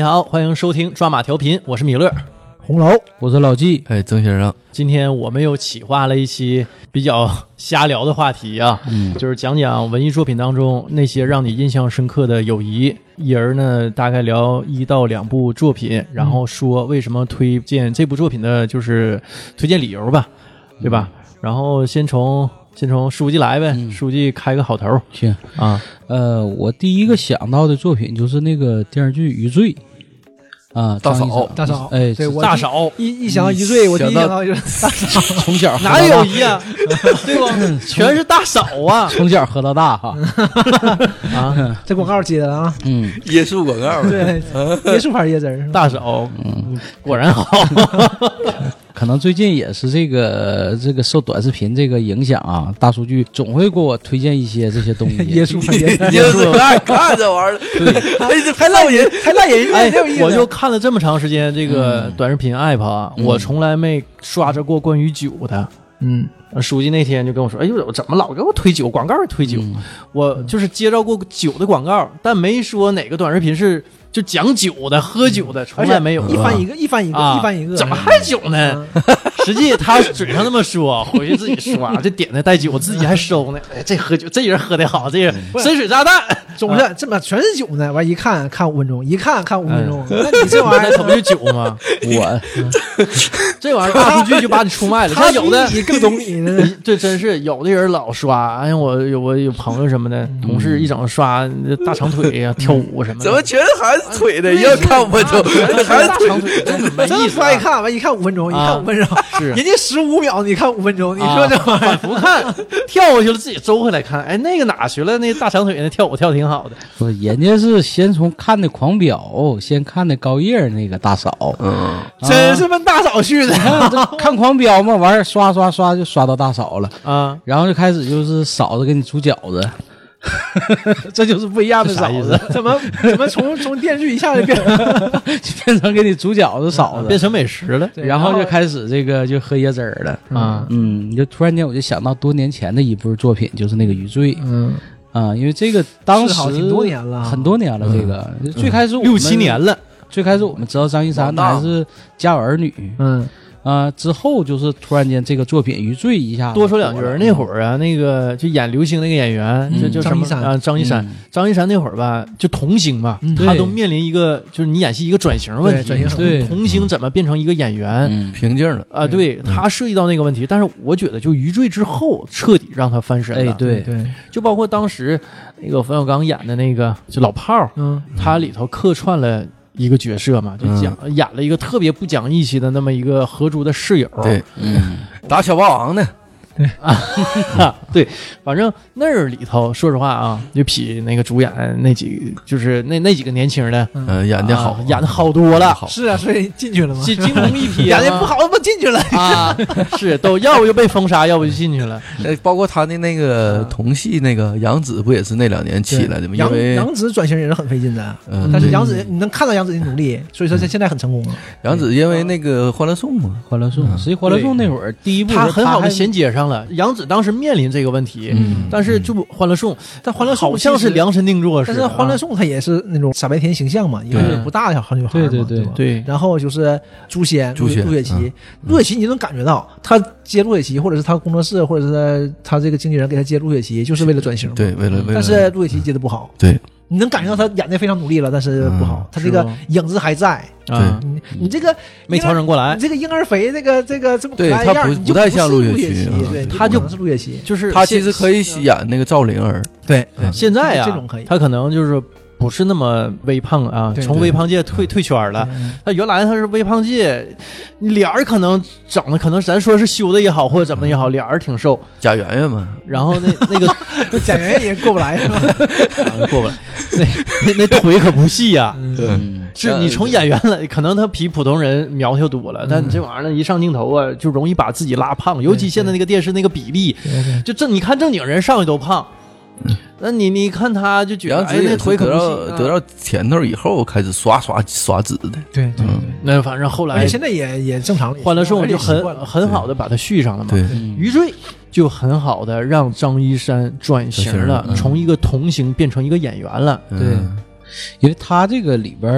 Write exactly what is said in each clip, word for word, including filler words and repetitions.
你好，欢迎收听抓马调频，我是米勒。 红楼， 我是老纪。 哎，曾先生， 今天我们又企划了一期比较瞎聊的话题啊，嗯，就是讲讲文艺作品当中那些让你印象深刻的友谊。一人呢大概聊一到两部作品，然后说为什么推荐这部作品的就是推荐理由吧，对吧？然后先从先从书记来呗，嗯、书记开个好头。 行啊， 呃，我第一个想到的作品就是那个电视剧《余罪》。啊， 大嫂， 大嫂， 哎， 对，我大嫂一一想到余罪，我第一想到就是大嫂， 从小哪有友谊啊，对吧？全是大嫂啊， 从小喝到大哈。 啊，这广告接的啊， 嗯，椰树广告， 对，椰树牌椰汁儿， 大嫂，嗯，果然好。 可能最近也是这个这个受短视频这个影响啊，大数据总会给我推荐一些这些东西。 椰树牌椰汁，椰树爱看这玩意儿，对，还烂人， 还烂人， 哎，我就看了这么长时间这个短视频 app 啊，我从来没刷着过关于酒的。嗯，书记那天就跟我说：“哎呦，我怎么老给我推酒广告？推酒，嗯、我就是接到过酒的广告，但没说哪个短视频是就讲酒的、喝酒的，从来没有。 一翻一个，一翻一个， 啊、 一翻一个， 怎么还酒呢？实际他嘴上那么说，回去自己刷，这点的带酒，我自己还收呢。哎，这喝酒，这人喝的好，这人深水炸弹， 总是这么全是酒呢。完一看看五分钟，一看看五分钟，那你这玩意儿可不就酒吗？ 我这玩意儿大数据就把你出卖了。 他有的你更懂你呢。 这真是有的人老刷，哎呀，我有我有朋友什么的，同事一整刷大长腿呀、跳舞什么的， 怎么全还是腿的？要看五分钟， 还是大长腿，真没意思。 翻一看，完一看五分钟，一看五分钟， 是人家十五秒，你看五分钟，你说这玩意儿反复看，跳过去了自己周回来看，哎，那个哪去了？那大长腿那跳舞跳的挺好的。 不，人家是先从看的《狂飙》，先看的高叶那个大嫂， 嗯， 真是奔大嫂去的。 看《狂飙》嘛，完事刷刷刷就刷到大嫂了啊， 然后就开始就是嫂子给你煮饺子。这就是不一样的嫂子， 怎么怎么从从电视剧一下就变变成给你煮饺子嫂子， 变成美食了， 然后就开始这个就喝椰汁儿了啊，嗯，你就突然间我就想到多年前的一部作品，就是那个《余罪》，嗯啊，因为这个当时挺多年了， 很多年了，这个最开始六七年了， 最开始我们知道张一山还是家有儿女，嗯。啊、呃，之后就是突然间这个作品《余罪》一下多说两句。那会儿啊，那个就演流星那个演员，就、嗯、就什么啊，张一山，张一山那会儿吧，就童星嘛、嗯，他都面临一个就是你演戏一个转型问题， 转型对童星怎么变成一个演员， 嗯、瓶颈了啊？对，他涉及到那个问题，但是我觉得就《余罪》之后彻底让他翻身了。 哎，对对， 就包括当时那个冯小刚演的那个就老炮儿，嗯，他里头客串了。一个角色嘛，就讲、嗯、演了一个特别不讲义气的那么一个合租的室友， 对，嗯，打小霸王呢， 对啊，对，反正那儿里头，说实话啊，就比那个主演那几就是那那几个年轻的， 嗯、呃，演的好、 啊，演的好多了。 是啊，所以进去了吗？ 惊鸿一瞥， 演的不好，不进去了啊！是，都要不就被封杀，要不就进去了。 呃，包括他的那个同系那个杨紫，不也是那两年起来的吗？因为杨紫转型也是很费劲的，嗯、但是杨紫你能看到杨紫的努力，所以说他现在很成功了。 杨紫因为那个《欢乐颂》嘛， 《欢乐颂》实际《欢乐颂》那会儿第一部他很好的衔接上了。杨紫当时面临这个问题，嗯、但是就《欢乐颂》， 但《欢乐颂》 好像是量身定做， 但是《欢乐颂》它也是那种傻白甜形象嘛，因为不大的小女孩嘛， 对对对对。 然后就是诛仙， 诛仙陆雪琪，陆雪琪你能感觉到他接陆雪琪，或者是他工作室，或者是他这个经纪人给他接陆雪琪，就是为了转型， 对，为了为了。 但是陆雪琪接的不好， 对。 你能感觉到他演的非常努力了，但是不好，嗯、他这个影子还在啊。 你你这个没调整过来， 你这个婴儿肥，这个这个这么可爱样， 他不不不太像陆雪琪， 对， 他就不是陆雪琪， 就是他其实可以演那个赵灵儿。 对， 现在呀， 这种可以， 他可能就是不是那么微胖啊，从微胖界退退圈了。他原来他是微胖界，脸儿可能长得可能咱说是修的也好，或者怎么也好，脸儿挺瘦。 贾圆圆嘛， 然后那那个贾圆圆也过不来是吧？ 过不来，那那那腿可不细呀。 对， 是你从演员来，可能他比普通人苗条多了，但这玩意儿呢，一上镜头啊，就容易把自己拉胖，尤其现在那个电视那个比例，就正你看正经人上去都胖。那你你看他就觉得哎，那腿可得到得到甜头以后开始刷刷刷脂的， 对对对。 那反正后来现在也也正常了， 欢乐颂就很很好的把它续上了嘛。 对， 余罪就很好的让张一山转型了，从一个童星变成一个演员了。 对，因为他这个里边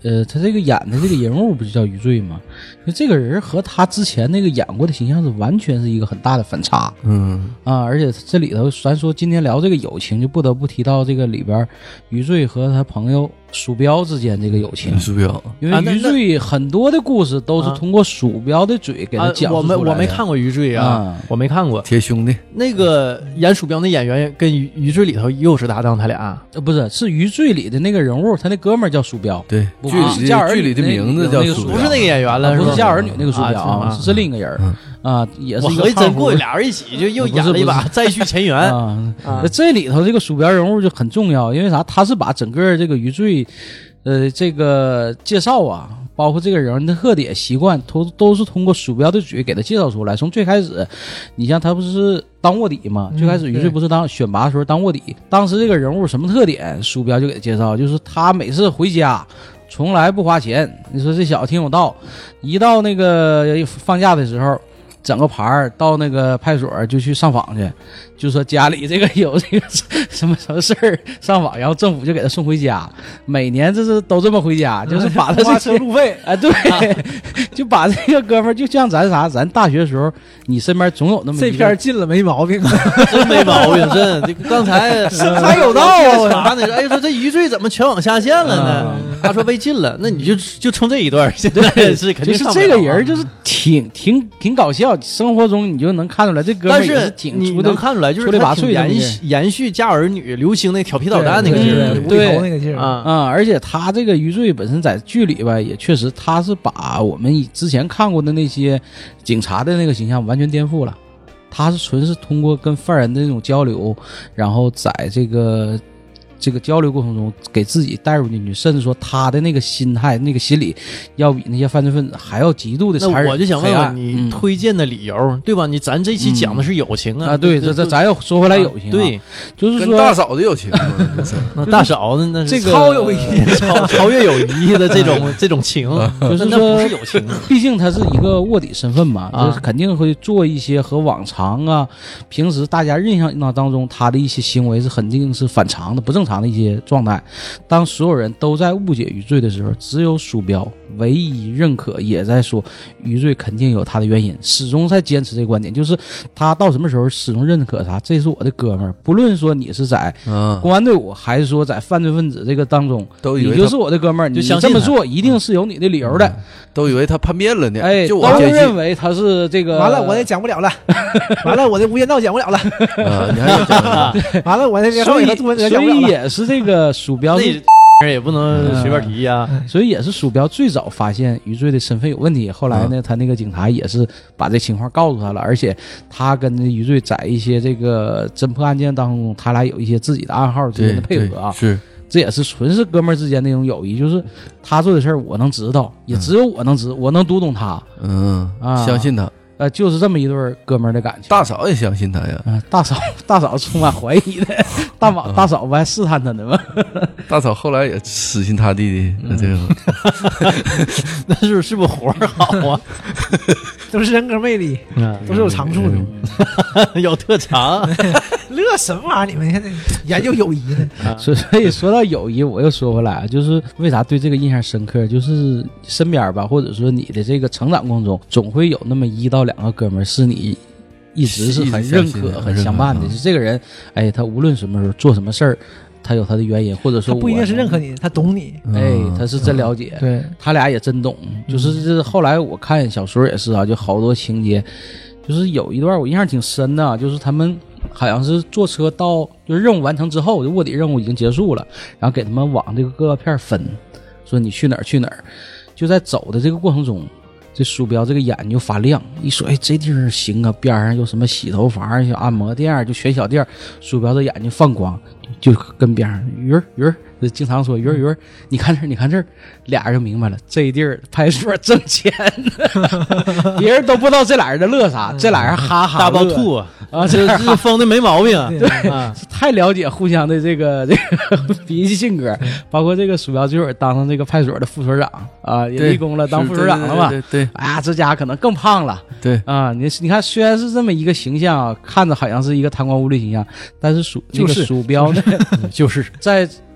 呃，他这个演的这个人物不就叫余罪吗？就这个人和他之前那个演过的形象是完全是一个很大的反差。 嗯啊，而且这里头咱说今天聊这个友情，就不得不提到这个里边余罪和他朋友鼠标之间这个友情。 鼠标， 因为余罪很多的故事都是通过鼠标的嘴给他讲述出来的。 啊、我没我没看过余罪啊，啊我没看过。 铁兄弟那个演鼠标那演员跟余余罪里头又是搭档，他俩呃不是是余罪里的那个人物，他那哥们儿叫鼠标。 对， 不剧里家儿剧里的名字叫鼠标， 不是那个演员了， 不是家儿女那个鼠标啊， 是另一个人。嗯啊，也是一个。 我真过俩人一起就又演了一把再续前缘啊。啊这里头这个鼠标人物就很重要，因为啥？他是把整个这个余罪，呃，这个介绍啊，包括这个人的特点、习惯，都都是通过鼠标的嘴给他介绍出来。从最开始，你像他不是当卧底嘛？最开始余罪不是当选拔的时候当卧底，当时这个人物什么特点，鼠标就给他介绍，就是他每次回家。从来不花钱，你说这小子挺有道，一到那个放假的时候，整个牌儿到那个派出所就去上访去，就说家里这个有这个什么什么事儿上访，然后政府就给他送回家，每年这是都这么回家，就是把他花车路费， 哎，对，就把这个哥们儿，就像咱啥，咱大学的时候，你身边总有那么这片进了没毛病， 真没毛病，真。这刚才还有道啊， 他那个哎说这余罪怎么全网下线了呢？他说被禁了，那你就就冲这一段，现在是肯定就是这个人就是挺挺挺搞笑。生活中你就能看出来，这哥们儿也是挺你能看出来，就是他挺延延续家儿女流行那调皮捣蛋那个劲儿， 对那个劲儿啊啊！而且他这个余罪本身在剧里吧，也确实他是把我们之前看过的那些警察的那个形象完全颠覆了。他是纯是通过跟犯人的那种交流，然后在这个。这个交流过程中给自己带入进去，甚至说他的那个心态那个心理要比那些犯罪分子还要极度的残忍。 那我就想问问你推荐的理由、嗯、对吧？你咱这期讲的是友情啊、 嗯、啊对，这这咱要说回来友情、啊、 对， 就是说跟大嫂的友情那大嫂子那这个超友谊超超越友谊的这种这种情， 就是说那不是友情， 毕竟他是一个卧底身份嘛，就是肯定会做一些和往常啊平时大家印象当中他的一些行为是肯定是反常的不正常的一些状态。当所有人都在误解余罪的时候，只有鼠标唯一认可，也在说余罪肯定有他的原因，始终在坚持这个观点，就是他到什么时候始终认可啥，这是我的哥们儿，不论说你是在公安队伍、嗯、还是说在犯罪分子这个当中， 都以为你就是我的哥们儿，你这么做一定是有你的理由的、嗯、 都以为他叛变了呢， 哎， 就我都认为他是这个完了我也讲不了了完了我的无间道讲不了了啊，你还要讲完了我那所以所以也是这个鼠标也不能随便提呀、 嗯，所以也是鼠标最早发现余罪的身份有问题。后来呢，他那个警察也是把这情况告诉他了，而且他跟这余罪在一些这个侦破案件当中，他俩有一些自己的暗号之间的配合啊。 是， 这也是纯是哥们儿之间那种友谊，就是他做的事儿我能知道，也只有我能知，我能读懂他。 嗯啊， 相信他。 呃，就是这么一对哥们儿的感情。 大嫂也相信他呀。 啊，大嫂，大嫂充满怀疑的，大嫂，大嫂不还试探他呢吗？ 大嫂后来也死心塌地的，这个， 那是是不是活儿好啊？ 都是人格魅力，嗯、都是有长处的， 嗯、有特长。 乐什么玩意儿？你们现在研究友谊呢？ 啊、所以说到友谊，我又说回来，就是为啥对这个印象深刻？就是身边吧，或者说你的这个成长过程中，总会有那么一到两个哥们儿是你一直是很认可、很相伴的。就这个人，哎，他无论什么时候做什么事儿，他有他的原因，或者说他不一定是认可你，他懂你， 哎，他是真了解。 嗯、对他俩也真懂。就是这后来我看小说也是啊，就好多情节，就是有一段我印象挺深的、啊，就是他们。好像是坐车到，就是任务完成之后，就卧底任务已经结束了，然后给他们往这个各个片分，说你去哪儿去哪儿。就在走的这个过程中，这鼠标这个眼就发亮，一说哎这地方行啊，边上有什么洗头房、有按摩店，就全小店，鼠标这眼睛放光，就跟边上鱼儿鱼儿，经常说鱼儿鱼儿，你看这儿你看这儿，俩人就明白了，这地儿派出所挣钱，别人都不知道这俩人的乐啥，这俩人哈哈大爆吐啊。 啊， 这这疯的没毛病， 对，啊、太了解互相的这个这个脾气性格，包括这个鼠标最后当上这个派出所的副所长啊，也立功了，当副所长了嘛， 对 对, 对, 对, 对， 哎呀，这家可能更胖了， 对啊，你你看，虽然是这么一个形象，看着好像是一个贪官污吏形象，但是鼠这个鼠标呢， 就是在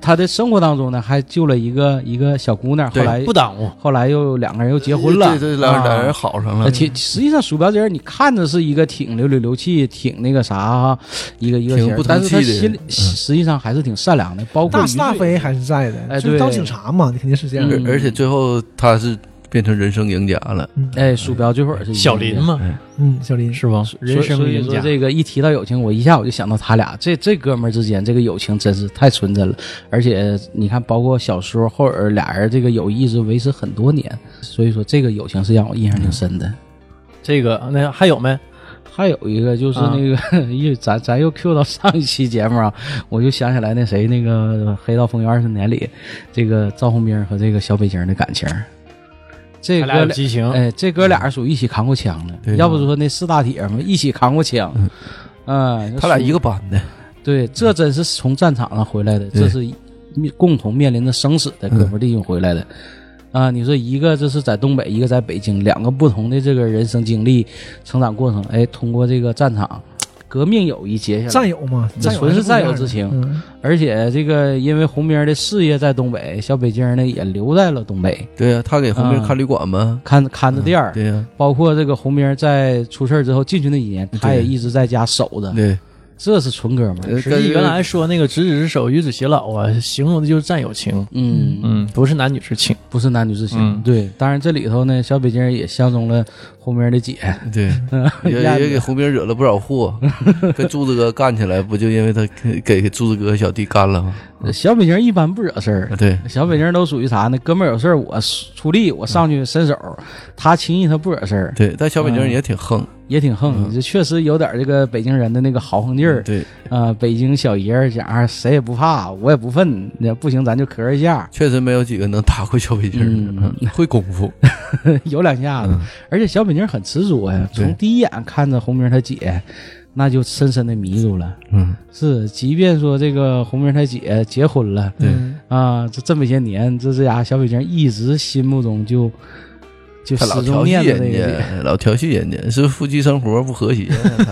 他的生活当中呢，还救了一个一个小姑娘，后对来不耽误。 后来又两个人又结婚了， 对对，两啊两人好上了呃，。其实际上鼠标姐儿你看着是一个挺流里流气、挺那个啥哈，一个一个型儿挺不， 但是他通气的心里实际上还是挺善良的，包括大于最是大非还是在的， 哎对就是当警察嘛，你肯定是这样的。 嗯而而且最后他是变成人生赢家了。 哎，鼠标这会儿是小林嘛， 嗯，小林是吧？人生所以赢家。 说这个一提到友情，我一下我就想到他俩，这这哥们儿之间这个友情真是太纯真了。而且你看，包括小说后边俩人这个友谊一直维持很多年，所以说这个友情是让我印象挺深的。 这个那还有没？ 还有一个就是那个，又、咱咱又 Q 到上一期节目啊，我就想起来那谁那个《黑道风云二十年》里，这个赵红兵和这个小北京的感情。这他俩有哥激情。 哎，这哥俩属于一起扛过枪的， 对要不说那四大铁嘛，一起扛过枪。 嗯嗯， 他俩一个班的。 对，这真是从战场上回来的，这是面共同面临着生死的哥们弟兄回来的。啊，你说一个这是在东北，一个在北京，两个不同的这个人生经历、成长过程，哎，通过这个战场革命友谊结下来， 战友嘛， 这战友纯是战友还不一样的之情。 嗯而且这个因为红兵的事业在东北，小北京呢也留在了东北， 对呀，他给红兵看旅馆嘛， 看看着店儿。 对呀， 包括这个红兵在出事之后进去那几年，他也一直在家守着， 对， 这是纯哥们儿。 实际原来说那个执子之手，与子偕老啊，形容的就是战友情。 嗯嗯，不是男女之情。 不是男女之情。 嗯对，当然这里头呢，小北京也相中了红兵的姐， 对，也也给红兵惹了不少祸，跟柱子哥干起来，不就因为他给给柱子哥小弟干了吗？ 小北京一般不惹事儿。 对， 小北京都属于啥呢？哥们儿有事儿我出力，我上去伸手，他轻易他不惹事儿， 对，但小北京也挺横， 也挺横，这确实有点这个北京人的那个豪横劲儿。 对， 啊，北京小爷儿讲谁也不怕，我也不愤，那不行咱就磕一下， 确实没有几个能打过小北京， 嗯嗯会功夫。 有两下子。而且小北京很执着呀， 对从第一眼看着红兵他姐，那就深深的迷住了。 嗯， 是，即便说这个红兵他姐结婚了， 对嗯啊，这这么些年，这这家小北京一直心目中就就他老始终调戏念着那人个点。 家，老调戏人家，是不是夫妻生活不和谐？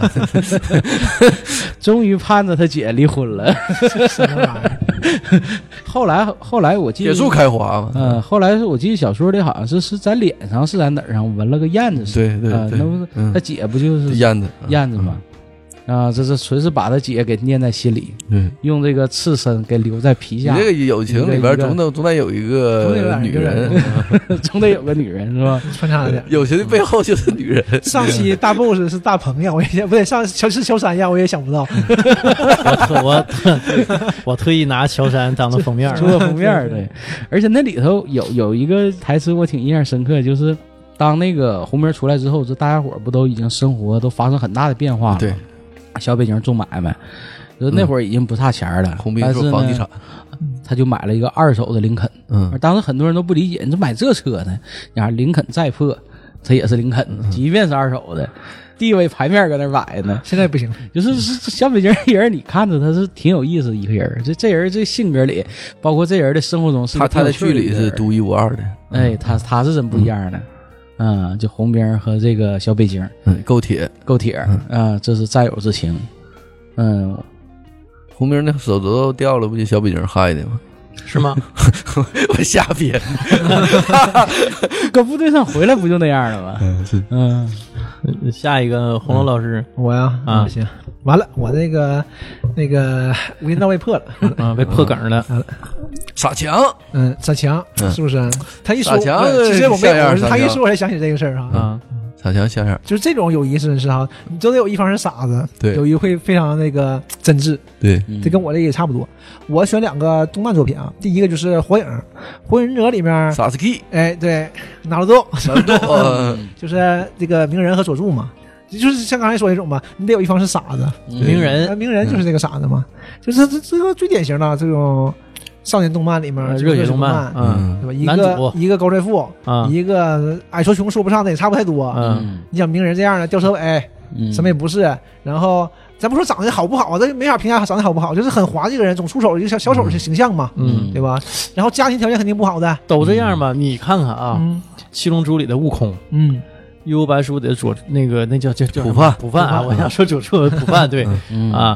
终于盼着他姐离婚了。 什么玩意儿？ 后来后来我记得铁树开花嘛。 嗯，后来是我记得小说里好像是是在脸上是在哪儿上纹了个燕子， 对对对， 啊那不是嗯他姐不就是燕子， 燕子吗？啊，这是纯是把他姐给念在心里， 嗯， 用这个刺身给留在皮下， 你这个友情里边总得总得有一个女人， 总得有个女人是吧？ 穿插的。 友情的背后就是女人。 上期大 boss 是大鹏呀，我也不对，上乔是乔杉呀，我也想不到。 我特我特我特意拿乔杉当了封面儿。 做个封面儿对，而且那里头有有一个台词我挺印象深刻，就是当那个红名出来之后，这大家伙儿不都已经生活都发生很大的变化了？ 对， 小北京做买卖，就那会儿已经不差钱了， 红兵但是呢做房地产， 他就买了一个二手的林肯。 嗯， 当时很多人都不理解，你怎么买这车呢？你看林肯再破，它也是林肯，即便是二手的，地位牌面搁那摆呢。 现在不行， 就是是小北京人，你看着他是挺有意思的一个人。这这人这性格里，包括这人的生活中是他他在剧里挺有趣的一个人是独一无二的。 哎，他他是真不一样的。嗯，就红兵和这个小北京， 嗯，够铁， 够铁啊，这是战友之情。嗯， 红兵那手指头掉了，不就小北京害的吗？ 是吗？ 我瞎编。 搁部队上回来不就那样了吗？ 嗯，是。 嗯， 下一个红楼老师我呀啊行，完了，我那个那个无间道被破了， 啊，被破梗了。 傻强， 嗯，傻强嗯是不是？他一说， 傻强其实我没有， 像样傻强他一说我才想起这个事儿哈。 啊， 傻强像样。 就是这种友谊真是哈，你都得有一方是傻子， 对友谊会非常那个真挚。 对， 嗯这跟我这个也差不多。我选两个动漫作品啊，第一个就是《火影》，《火影忍者》里面， 萨斯 K， 哎，对，纳鲁多难度，呃就是这个鸣人和佐助嘛，就是像刚才说那种吧，你得有一方是傻子， 鸣人呃鸣人就是这个傻子嘛，就是这这个最典型的这种少年动漫里面呃就是热血动漫， 漫， 嗯对吧？一男个主一个高帅富， 啊一个矮矬穷说不上的也差不太多。 嗯你像鸣人这样的吊车尾， 嗯什么也不是，然后咱不说长得好不好，这没法评价他长得好不好，就是很滑稽的人，总出手一个小小手的形象嘛， 嗯， 对吧？然后家庭条件肯定不好的， 都这样吧？你看看啊， 嗯 《七龙珠》里的悟空， 嗯， 《幽游白书》里的佐那个那叫叫叫普范普范啊， 普范我想说佐助普范对嗯啊，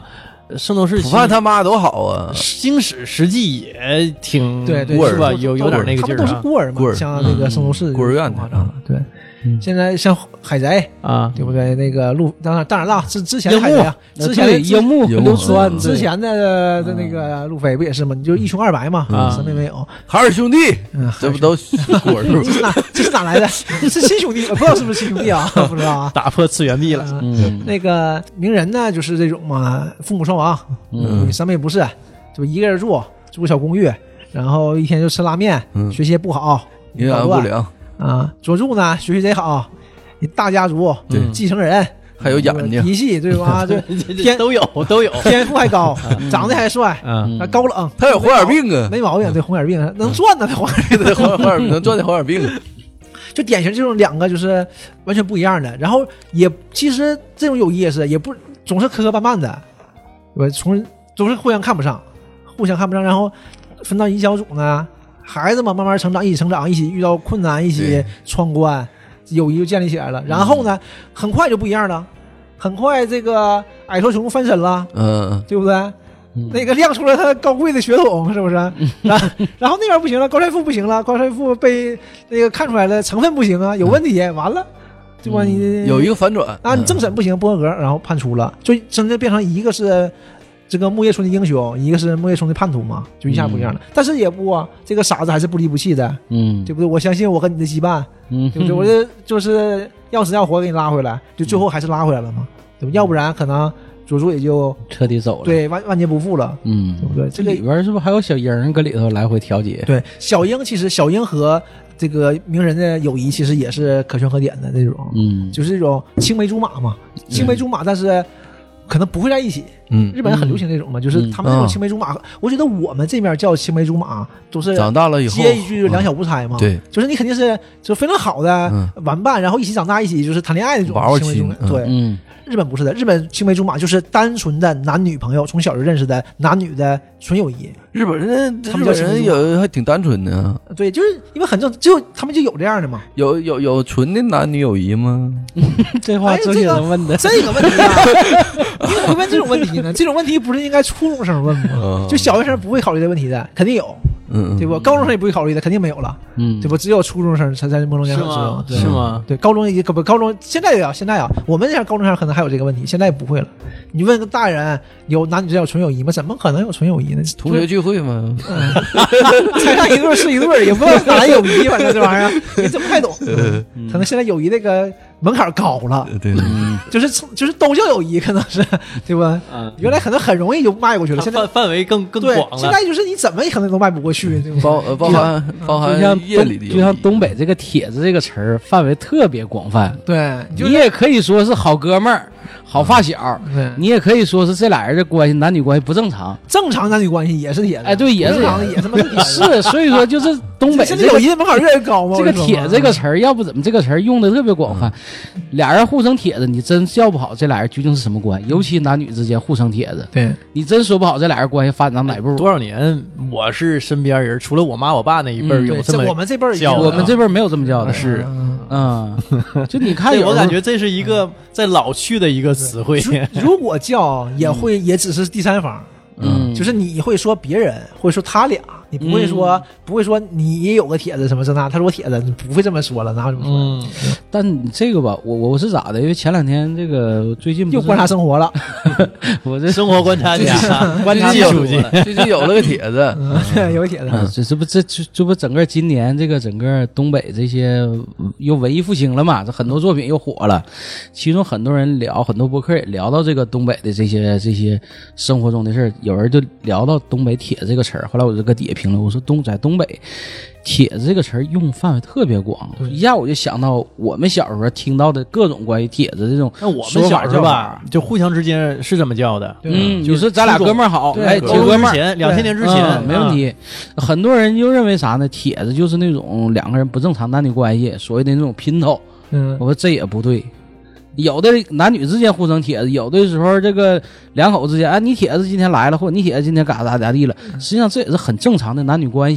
圣斗士普范他妈多好啊， 星矢实际也挺对对是吧？有有点那个劲儿、啊、 他们都是孤儿嘛， 孤儿像这个圣斗士孤儿院的， 对。 嗯、 现在像海贼啊， 对不对？那个路当然当然了，之之前的海贼啊，之前的樱木流川， 之前的的那个路飞不也是吗？你就一穷二白嘛，什么也没有。 海尔兄弟，这不都孤儿这是哪这是哪来的？是新兄弟，不知道是不是新兄弟啊？不知道啊。 打破次元壁了。 嗯，那个鸣人呢，就是这种嘛，父母双亡，嗯，什么也不是，就一个人住，住小公寓，然后一天就吃拉面，学习也不好， 营养不良。 啊，佐助呢，学习贼好，大家族，对，继承人， 还有眼睛， 脾气对吧？对，天都有都有， 天赋还高，长得还帅，嗯，高冷， 他有红眼病啊， 没毛病，对，红眼病能赚呢，他红眼病， 红红眼能赚的红眼病， 就典型这种两个就是完全不一样的，然后也其实这种友谊也是，也不总是磕磕绊绊的，对吧？从总是互相看不上，互相看不上，然后分到一小组呢。孩子嘛，慢慢成长，一起成长，一起遇到困难，一起闯关，友谊就建立起来了。然后呢，很快就不一样了，很快这个矮头熊翻身了，嗯，对不对？嗯、那个亮出了他高贵的血统，是不是？然后然后那边不行了，高帅富不行了，高帅富被那个看出来了成分不行啊，有问题，完了，对吧？你有一个反转啊，你政审不行，不合格，然后判处了，就真的变成一个是。这个木叶村的英雄，一个是木叶村的叛徒嘛，就一下不一样了。嗯、但是也不啊，这个傻子还是不离不弃的，嗯，对不对？我相信我和你的羁绊，嗯，对不对？我就就是要死要活给你拉回来，就最后还是拉回来了嘛，对吧？要不然可能佐助也就彻底走了， 对，万万劫不复了，嗯，对不对？这个里边是不是还有小樱搁里头来回调节？ 对，小樱其实小樱和这个鸣人的友谊其实也是可圈可点的那种，嗯，就是这种青梅竹马嘛，青梅竹马，但是。可能不会在一起，嗯，日本很流行这种嘛，嗯、就是他们那种青梅竹马。嗯、我觉得我们这边叫青梅竹马，都是长大了以后接一句两小无猜嘛， 对、嗯， 就是你肯定是就非常好的玩伴，嗯、然后一起长大，一起就是谈恋爱那种青梅竹马，对，嗯。日本不是的，日本青梅竹马就是单纯的男女朋友，从小就认识的男女的纯友谊。 日本人，他们人有还挺单纯的。 对，就是因为很正，就他们就有这样的嘛。 有有有纯的男女友谊吗？ 这话周杰伦问的、 哎这个、这个问题啊，你怎么会问这种问题呢？这种问题不是应该初中生问吗？就小学生不会考虑这问题的，肯定有。嗯，对不？高中生也不会考虑的，肯定没有了。嗯，对不？只有初中生才在朦胧间知道， 是吗？ 对，高中也可不，高中现在啊，现在啊，我们这样高中生可能还有这个问题，现在也不会了。你问个大人，有男女之间有纯友谊吗？怎么可能有纯友谊呢？ 同学聚会吗？ 猜上一对是一对，也不知道哪来友谊，反正这玩意儿你怎么太懂？可能现在友谊那个门槛高了， 对， 就是就是都叫友谊，可能是对吧？原来可能很容易就迈过去了，现在范围更更广了。 现在就是你怎么可能都迈不过去。 包包含包含夜里的， 就像东北这个帖子这个词儿范围特别广泛。 对， 你也可以说是好哥们儿、好发小，你也可以说是这俩人的关系男女关系不正常， 正常男女关系也是帖子。 哎，对，也是正常的，也他妈是。所以说就是东北这个友谊门槛越来越高嘛。 这个帖这个词儿，要不怎么这个词儿用的特别广泛？俩人互生帖子，你真叫不好这俩人究竟是什么关系？尤其男女之间互生帖子， 对你真说不好这俩人关系发展到哪步？ 多少年，我是身边人，除了我妈我爸那一辈儿有这么、 嗯、我们这辈儿教，我们这辈儿没有这么教的， 是， 嗯，就你看， 我感觉这是一个在老去的一个词汇。 如果教也会也只是第三方，嗯，就是你会说别人，会说他俩。你不会说、嗯、不会说你也有个帖子什么这那，他说我帖子，你不会这么说了，哪有这么说？嗯， 但你这个吧，我我是咋的？因为前两天这个最近又观察生活了， 我这生活观察家，观察技术去， 最近有了个帖子， 嗯、有个帖子， 啊、这这不这这这不整个今年这个整个东北这些又文艺复兴了嘛？这很多作品又火了，其中很多人聊，很多博客也聊到这个东北的这些这些生活中的事儿，有人就聊到东北帖这个词儿，后来我就搁底下评论，我说东在东北帖子这个词儿用范围特别广，一下我就想到我们小时候听到的各种关于帖子这种， 那我们小时候吧，就互相之间是这么叫的。 嗯，就是咱俩哥们儿好，哎，几哥们儿， 两千年之前、 嗯、没问题。很多人就认为啥呢？帖子就是那种两个人不正常男女关系，所谓的那种姘头。嗯，我说这也不对。有的男女之间互生帖子，有的时候这个两口之间，啊，你帖子今天来了，或者你帖子今天嘎咋咋地了，实际上这也是很正常的男女关系。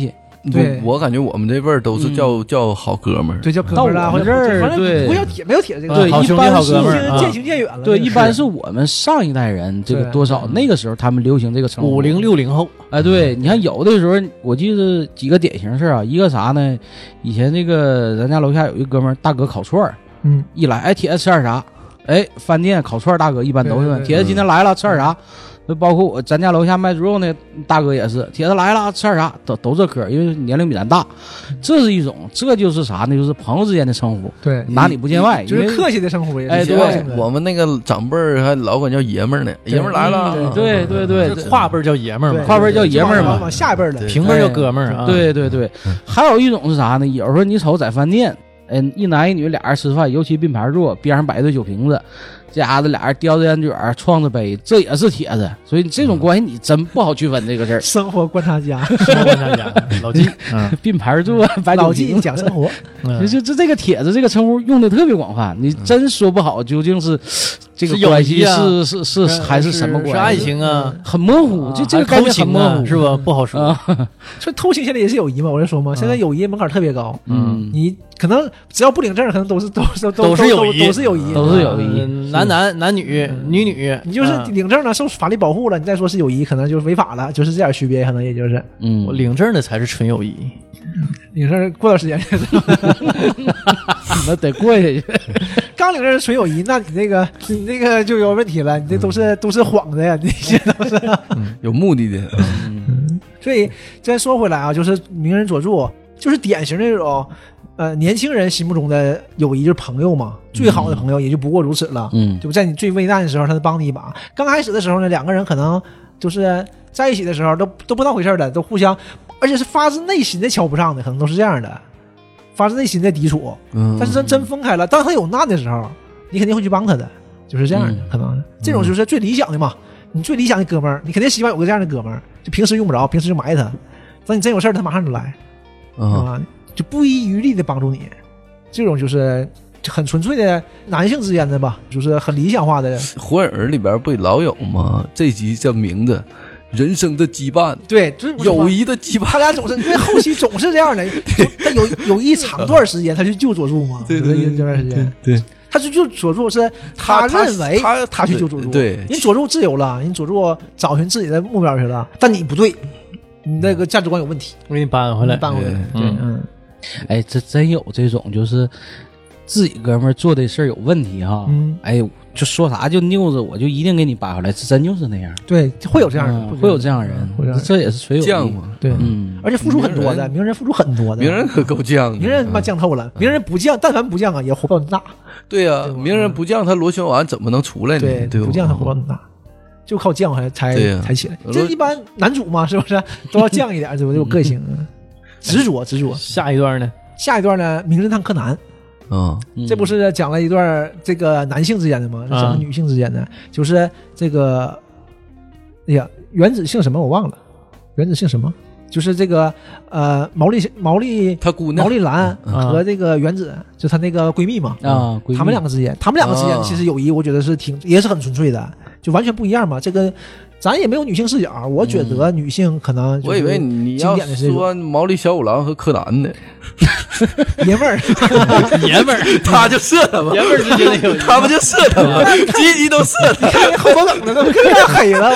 对我我感觉我们这辈儿都是叫、嗯、叫好哥们儿， 对，叫哥们儿啦， 或者这儿对， 不会叫铁，没有铁这个， 对， 好兄弟好哥们儿，渐行渐远了。 对，一般是我们上一代人，这个多少那个时候他们流行这个称呼， 五零六零后， 哎，对，你看有的时候，我记得几个典型事啊，一个啥呢？以前这个咱家楼下有一哥们儿，大哥烤串儿， 嗯， 一来，哎，铁子吃点啥？哎，饭店烤串大哥一般都是问铁子今天来了吃点啥？包括我咱家楼下卖猪肉那大哥也是，铁子来了吃点啥？都都这嗑，因为年龄比咱大，这是一种，这就是啥呢？就是朋友之间的称呼， 对， 拿你不见外， 就是客气的称呼。 哎，对， 我们那个长辈儿还老管叫爷们儿呢，爷们儿来了， 对对对， 跨辈叫爷们儿嘛， 跨辈叫爷们儿嘛， 往下一辈的平辈叫哥们儿啊。 对对对，还有一种是啥呢？有时候你瞅在饭店。嗯，一男一女俩人吃饭，尤其并排坐，边上摆一堆酒瓶子，这家子俩人叼着烟卷，创着杯，这也是铁子。所以这种关系你真不好区分这个事儿。 生活观察家， 生活观察家，老纪， 嗯，并排坐，摆老纪讲生活， 就就这这个铁子这个称呼用的特别广泛，你真说不好究竟是这个关系是是是还是什么关系？ 是爱情啊， 很模糊，就这个概念很模糊， 是吧？不好说。 所以偷情现在也是友谊嘛，我就说嘛，现在友谊门槛特别高， 嗯， 你可能只要不领证，可能都是都是都是友谊， 都是友谊， 都是友谊。 男男男女女女， 你就是领证了，受法律保护了，你再说是友谊，可能就是违法了，就是这点区别，可能也就是， 嗯， 我领证的才是纯友谊。 领证过段时间， 那得过下去。 刚领证是纯友谊，那你那个你那个就有问题了，你这都是都是晃的呀，你这都是有目的的。 嗯，所以再说回来啊，就是名人佐助，就是典型的那种。呃，年轻人心目中的友谊就是朋友嘛，最好的朋友也就不过如此了。 嗯， 就在你最危难的时候，他帮你一把。刚开始的时候呢，两个人可能就是在一起的时候都都不当回事的，都互相，而且是发自内心的瞧不上的，可能都是这样的，发自内心的抵触。嗯，但是真真分开了，当他有难的时候，你肯定会去帮他的，就是这样的。嗯、可能这种就是最理想的嘛。你最理想的哥们儿，你肯定希望有个这样的哥们儿，就平时用不着，平时就埋他，等你真有事他马上就来， 嗯、 啊。就不遗余力的帮助你，这种就是很纯粹的男性之间的吧，就是很理想化的。 火影儿里边不也老有吗？这集叫名字，人生的羁绊， 对，就是友谊的羁绊。 他俩总是因为后期总是这样的，他有有一长段时间他就救佐助嘛， 对对对， 这段时间， 对， 他就救佐助是他认为他他去救佐助， 对， 人佐助自由了，人佐助找寻自己的目标去了，但你不对，你那个价值观有问题， 我给你扳回来， 扳回来，对，嗯。 哎，这真有这种，就是自己哥们儿做的事儿有问题哈。 嗯， 哎，就说啥就拗着，我就一定给你扒回来，这真就是那样。 对，会有这样的， 嗯、会有这样人，这也是水有犟嘛。 对， 嗯， 而且付出很多的，名人付出很多的， 名人可够犟的， 名人他妈犟透了，名人不犟，但凡不犟啊，也火爆很大。 对呀、啊，名人不犟，他螺旋丸怎么能出来呢？ 对， 对不犟他火爆很大。就靠犟才才、啊、才起来，这一般男主嘛，是不是都要犟一点，对不对？有个性，执着执着。 下一段呢？ 下一段呢，名侦探柯南， 嗯， 这不是讲了一段这个男性之间的吗？讲了女性之间的，嗯、就是这个，哎呀，原子姓什么我忘了，原子姓什么？就是这个呃，毛利毛利她姑娘毛利兰和这个原子，嗯、就她那个闺蜜嘛啊， 他们两个之间，他们两个之间其实友谊，我觉得是挺也是很纯粹的，就完全不一样嘛。这个。咱也没有女性视角，我觉得女性可能我以为你要说毛利小五郎和柯南呢， 爷们儿， 爷们儿， 他就射他嘛， 爷们儿之间的友谊， 他不就射他吗？集集都射他， 你看人后脖梗了，都太黑了，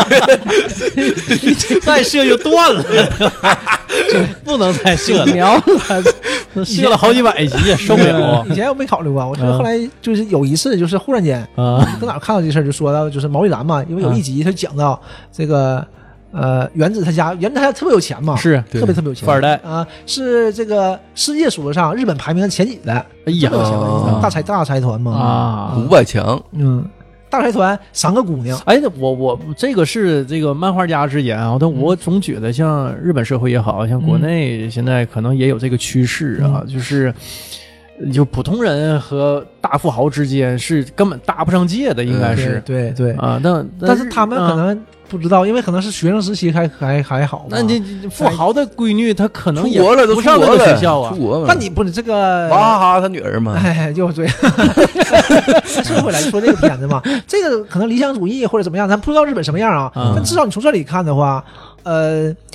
我再射就断了，不能再射了， 瞄了，射了好几百集也受不了。 以前我没考虑过，我是后来就是有一次，就是忽然间啊， 搁哪看到这事儿，就说到就是毛利兰嘛，因为有一集他讲到这个呃原子他家，原子他家特别有钱嘛， 是特别特别有钱， 富二代啊，是这个世界数得上日本排名前几的， 哎呀， 大财大财团嘛啊， 五百强， 嗯。大财团三个姑娘， 哎，我我这个是这个漫画家之言啊，但我总觉得像日本社会也好像国内现在可能也有这个趋势啊，嗯、就是就普通人和大富豪之间是根本搭不上界的，应该是、 嗯、对 对, 对啊，但但是他们可能不知道，因为可能是学生时期还还还好。 那你富豪的闺女，她可能也了， 不上那个学校啊。 那你不是这个娃哈哈他女儿吗？ 哎，就对。说回来说这个片子嘛，这个可能理想主义或者怎么样，咱不知道日本什么样啊。嗯、但至少你从这里看的话，呃，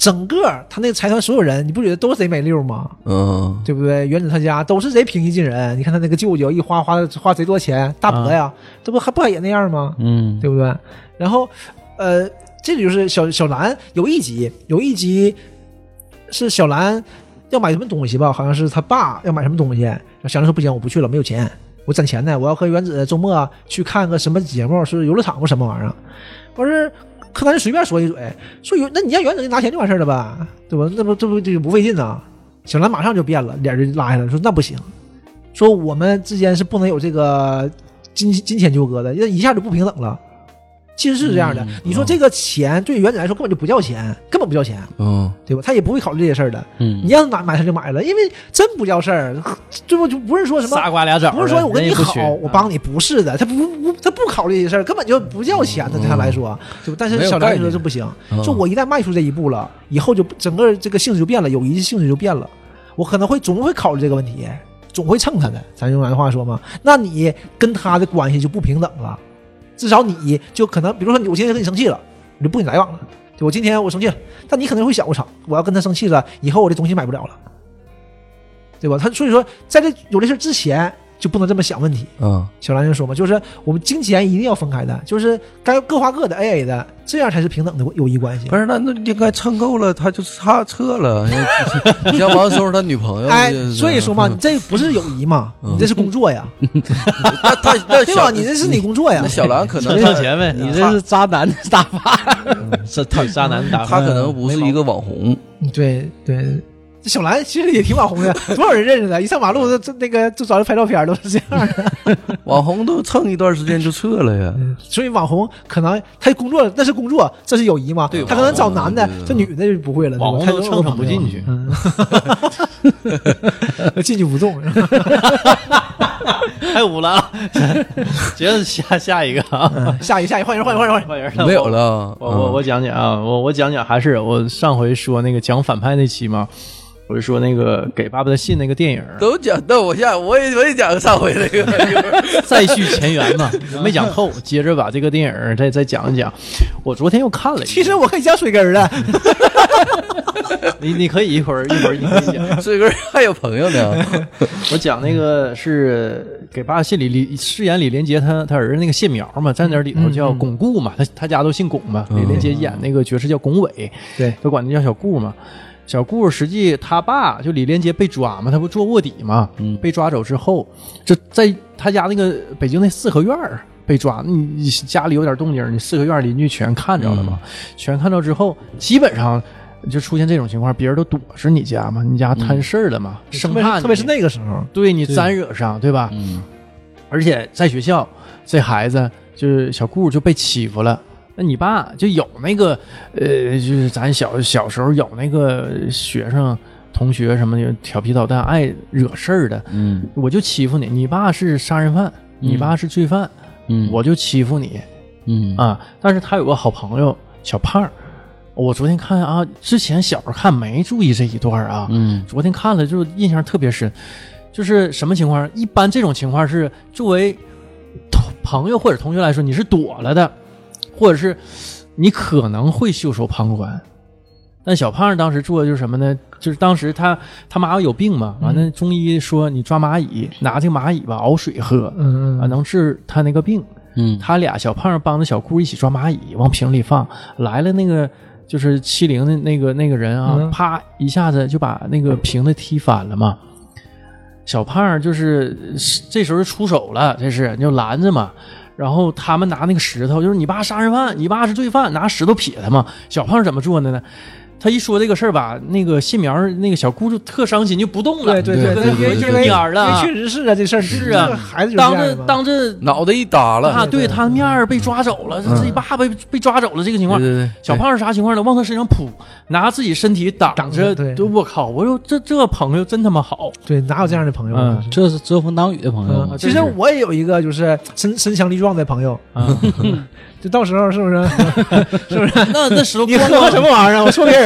整个他那个财团所有人，你不觉得都是贼没溜吗？ 嗯， 对不对？原子他家都是贼平易近人，你看他那个舅舅一花花花贼多钱，大伯呀，这不还不还也那样吗？ 嗯， 对不对？然后，呃，这里就是小小兰有一集，有一集是小兰要买什么东西吧，好像是他爸要买什么东西，小兰说不行，我不去了，没有钱，我攒钱呢，我要和原子周末去看个什么节目，是游乐场或什么玩意儿。完事柯南就随便说一嘴，说有那你让原子给你拿钱就完事了吧，对吧？那不这不这不费劲啊？小兰马上就变了，脸就拉下来，说那不行，说我们之间是不能有这个金金钱纠葛的，一下就不平等了。其实是这样的， 嗯、 你说这个钱对原子来说根本就不叫钱，根本不叫钱， 嗯， 对吧？他也不会考虑这些事儿的。 嗯， 你让他买买他就买了，因为真不叫事儿，对吧？就不是说什么仨瓜俩枣， 不是说我跟你好，我帮你。 你，不是的，他不不他不考虑这些事儿，根本就不叫钱的，对他来说，对吧？但是小兰说这不行，说我一旦迈出这一步了，以后就整个这个性质就变了，友谊性质就变了，我可能会总会考虑这个问题，总会蹭他的，咱用俺话说嘛，那你跟他的关系就不平等了。至少你就可能，比如说我今天跟你生气了，我就不跟你来往了。对，我今天我生气了，但你可能会想，我操，我要跟他生气了，以后我这东西买不了了，对吧？他所以说，在这有这事之前就不能这么想问题。 嗯， 小兰就说嘛，就是我们金钱一定要分开的，就是该各花各的 A A 的，这样才是平等的友谊关系。 不是，那那应该蹭够了，他就差撤了。像王松他女朋友， 哎，所以说嘛，你这不是友谊嘛，你这是工作呀。 那他那对吧？你这是你工作呀。 那小兰可能挣钱呗， 你这是渣男的打法， 是他渣男打法，他可能不是一个网红。 对对。这小兰其实也挺网红的，多少人认识的？一上马路就就那个就找人拍照片，都是这样的。 网红都蹭一段时间就撤了呀。 所以网红可能他工作那是工作，这是友谊嘛？ 对， 他可能找男的，这女的就不会了。 网红都蹭蹭不进去， 进去不动。 太污了，接着下下一个啊， 下一下一换人换人换人换人没有了。 我我我讲讲啊，我我讲讲还是我上回说那个讲反派那期嘛。我就说那个给爸爸的信那个电影都讲到我下，我也我也讲上回那个再续前缘嘛，没讲透，接着把这个电影再再讲一讲。我昨天又看了， 其实我可以讲水根的， 你你可以一会儿一会儿你可以讲水根还有朋友呢。 我讲那个是给爸爸信里李饰演李连杰他他儿子那个谢苗嘛，在那里头叫巩固嘛，他他家都姓巩嘛，李连杰演那个角色叫巩伟， 对， 都管他叫小顾嘛。小顾实际他爸就李连杰被抓嘛，他不做卧底嘛，嗯，被抓走之后，就在他家那个北京那四合院被抓，你家里有点动静，你四合院邻居全看着了嘛，嗯、全看着之后，基本上就出现这种情况，别人都躲是你家嘛，你家摊事儿了嘛，嗯、生怕特别是那个时候， 对你沾惹上，对吧？ 嗯， 而且在学校，这孩子就是小顾就被欺负了。那你爸就有那个，呃，就是咱小小时候有那个学生同学什么的调皮捣蛋、爱惹事儿的， 嗯， 我就欺负你。你爸是杀人犯，你爸是罪犯， 嗯， 我就欺负你， 嗯啊。但是他有个好朋友小胖，我昨天看啊，之前小时候看没注意这一段啊， 嗯， 昨天看了就印象特别深。就是什么情况？一般这种情况是作为朋友或者同学来说，你是躲了的。或者是你可能会袖手旁观，但小胖当时做的就是什么呢？就是当时他他妈有病嘛，完了中医说你抓蚂蚁，拿这个蚂蚁吧熬水喝， 嗯啊能治他那个病。 嗯， 他俩小胖帮着小顾一起抓蚂蚁，往瓶里放，来了那个就是欺凌的那个那个人啊， 嗯、 啪一下子就把那个瓶子踢翻了嘛。小胖就是这时候出手了，这是就拦着嘛。然后他们拿那个石头，就是你爸杀人犯，你爸是罪犯，拿石头撇他嘛。小胖怎么做的呢？他一说这个事儿吧，那个谢苗那个小姑就特伤心，就不动了。 对对对， 因为就蔫了， 确实是啊，这事儿是啊， 孩子当着当着脑袋一耷了啊，对他面儿被抓走了，自己爸被被抓走了这个情况。 对对对， 小胖是啥情况呢？往他身上扑，拿自己身体挡着。对，我靠！我说这这朋友真他妈好。 对，哪有这样的朋友？ 嗯， 这是遮风挡雨的朋友。 其实我也有一个就是身身强力壮的朋友。就到时候是不是？是不是？ 那那石头你喝什么玩意儿？我说别人。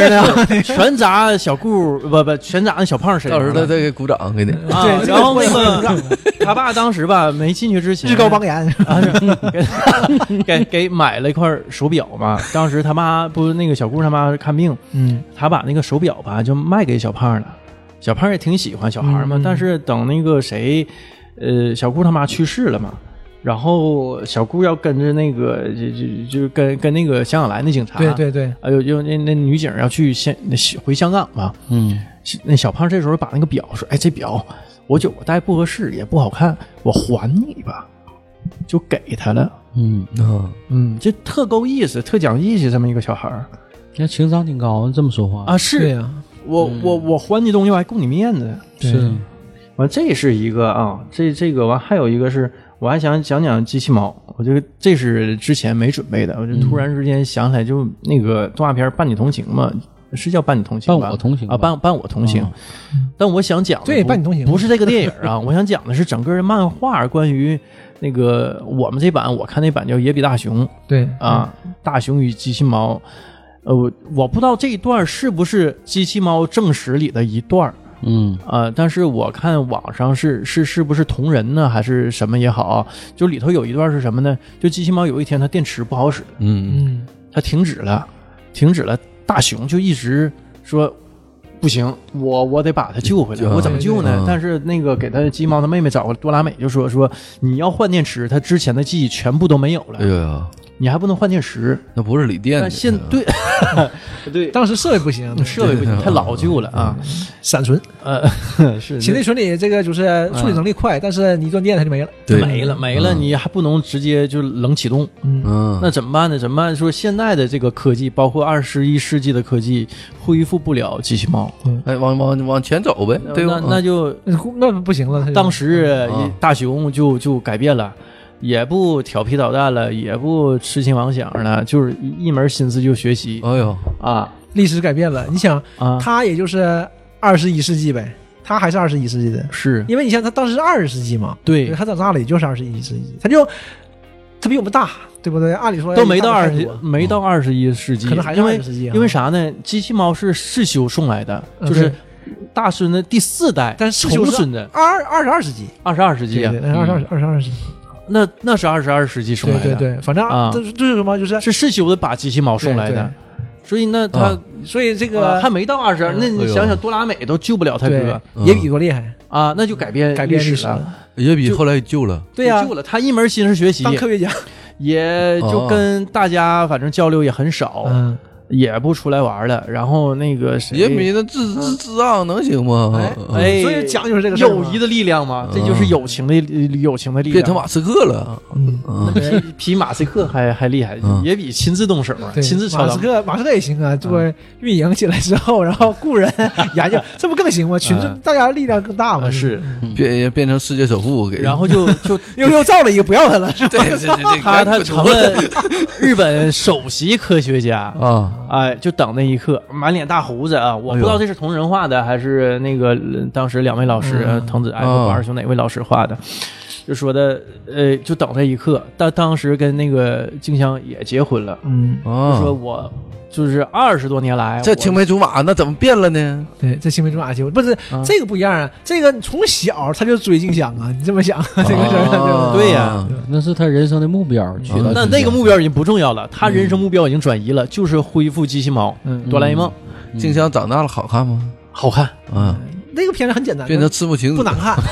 着呢。 全砸小顾不不，全砸那小胖身上了。 到时候他再给鼓掌给你。 啊， 对然后那个他爸当时吧没进去之前， 日高帮严啊，是给给给买了一块手表嘛。当时他妈不是那个小顾他妈看病， 嗯， 他把那个手表吧就卖给小胖了。小胖也挺喜欢小孩嘛， 嗯、 但是等那个谁，呃，小顾他妈去世了嘛。然后小顾要跟着那个就就就跟跟那个香港来那警察， 对对对， 哎呦，就那那女警要去香回香港嘛， 嗯， 那小胖这时候把那个表说，哎，这表我觉得我戴不合适，也不好看，我还你吧，就给他了。 嗯啊嗯，这特够意思，特讲义气，这么一个小孩儿， 那情商挺高，这么说话啊，是呀、啊， 我我我还你东西，我还顾你面子， 是。 完，这是一个啊，这这个完，还有一个是。我还想讲讲机器猫，我觉得这是之前没准备的，我就突然之间想起来，就那个动画片《伴你同行》嘛，是叫《伴你同行》吧？ 伴我同行啊，伴伴我同行。嗯、但我想讲的对伴你同行不是这个电影啊，我想讲的是整个的漫画，关于那个我们这版，我看那版叫《野比大雄》， 对啊，嗯、大雄与机器猫。呃，我我不知道这一段是不是机器猫正史里的一段。 嗯啊、呃，但是我看网上是是是不是同人呢，还是什么也好，就里头有一段是什么呢？就机器猫有一天它电池不好使， 嗯嗯， 它停止了，停止了，大雄就一直说不行，我我得把它救回来，我怎么救呢？但是那个给他机猫他妹妹找个多拉美就说说你要换电池，他之前的记忆全部都没有了。 哎呀。 你还不能换电池， 那不是锂电的。 现对对， 当时设备不行， 设备不行，太老旧了啊。 闪存， 呃，是其内存里这个就是处理能力快，但是你一断电它就没了， 对， 没了没了，你还不能直接就冷启动。 嗯， 那怎么办呢？怎么办？说现在的这个科技，包括二十一世纪的科技，恢复不了机器猫。 哎，往往往前走呗，对吧？ 那那就那不行了。 当时大雄就就改变了。也不调皮捣蛋了，也不痴心妄想了，就是一门心思就学习。 哎呦啊， 历史改变了，你想啊， 他也就是二十一世纪呗，他还是二十一世纪的， 是因为你像他当时是二十世纪嘛， 对， 他长大了也就是二十一世纪，他就他比我们大，对不对？按理说都没到二十，没到二十一世纪， 可能还是二十世纪、啊。 因为啥呢？机器猫是世修送来的， 嗯、 就是大孙的第四代， 但世修孙的二二十二世纪， 二十二世纪啊， 二十二二十二世纪。 那那是二十二世纪送来的， 对对对，反正啊，这这是什么？就是是世修的把机器猫送来的，所以那他、 啊，所以这个、 啊、还没到二十二，那你想想，多拉美都救不了他哥， 野比多厉害啊，那就改变改变历史了。 野比后来救了， 对呀、啊， 救了，他一门心思学习， 当科学家， 也就跟大家反正交流也很少。 嗯。 也不出来玩了，然后那个谁， 野比那智智智障能行吗？ 哎， 所以讲就是这个友谊的力量嘛，这就是友情的友情的力量。 变成马斯克了， 嗯，比比马斯克还还厉害，也比亲自动手啊，亲自操。 马斯克马斯克也行啊，做运营起来之后，然后雇人研究，这不更行吗？群众大家力量更大嘛， 是变变成世界首富，给然后就就又又造了一个不要他了，是吧？ 对对对， 他他成了日本首席科学家啊。 哎，就等那一刻，满脸大胡子啊！我不知道这是同人画的，还是那个当时两位老师， 嗯、 藤子 F 不二雄哪位老师画的？就说的，呃，就等这一刻。但当时跟那个静香也结婚了， 嗯， 就说我就是二十多年来， 这青梅竹马那怎么变了呢？ 对，这青梅竹马就不是、啊、这个不一样啊，这个从小他就追静香啊，你这么想，啊、这个事儿、 啊、对呀、啊， 那是他人生的目标。去到那那个目标已经不重要了，他人生目标已经转移了，嗯、就是恢复机器猫，嗯，哆啦 A 梦。 嗯、静香长大了好看吗？ 好看， 嗯。 那个片子很简单， 变成赤木晴子不难看，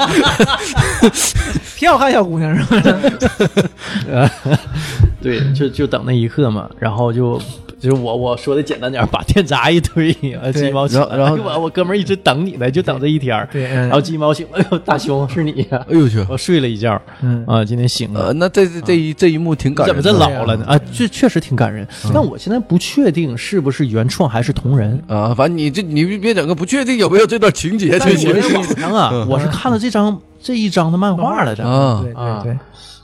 挺好看小姑娘是吧？ 对，就就等那一刻嘛，然后就就是我我说的简单点，把电闸一推，鸡毛起来，然后我我哥们儿一直等你呢，就等这一天， 对， 然后鸡毛醒，哎呦大兄是你呀， 哎呦去， 我睡了一觉，嗯啊，今天醒了， 呃，那这这一这一幕挺感人， 怎么这老了呢？啊，这确实挺感人，但我现在不确定是不是原创还是同人啊，反正你这你别整个不确定有没有这段情节， 但是我在网上啊，我是看了这张这一章的漫画来着啊，对对对。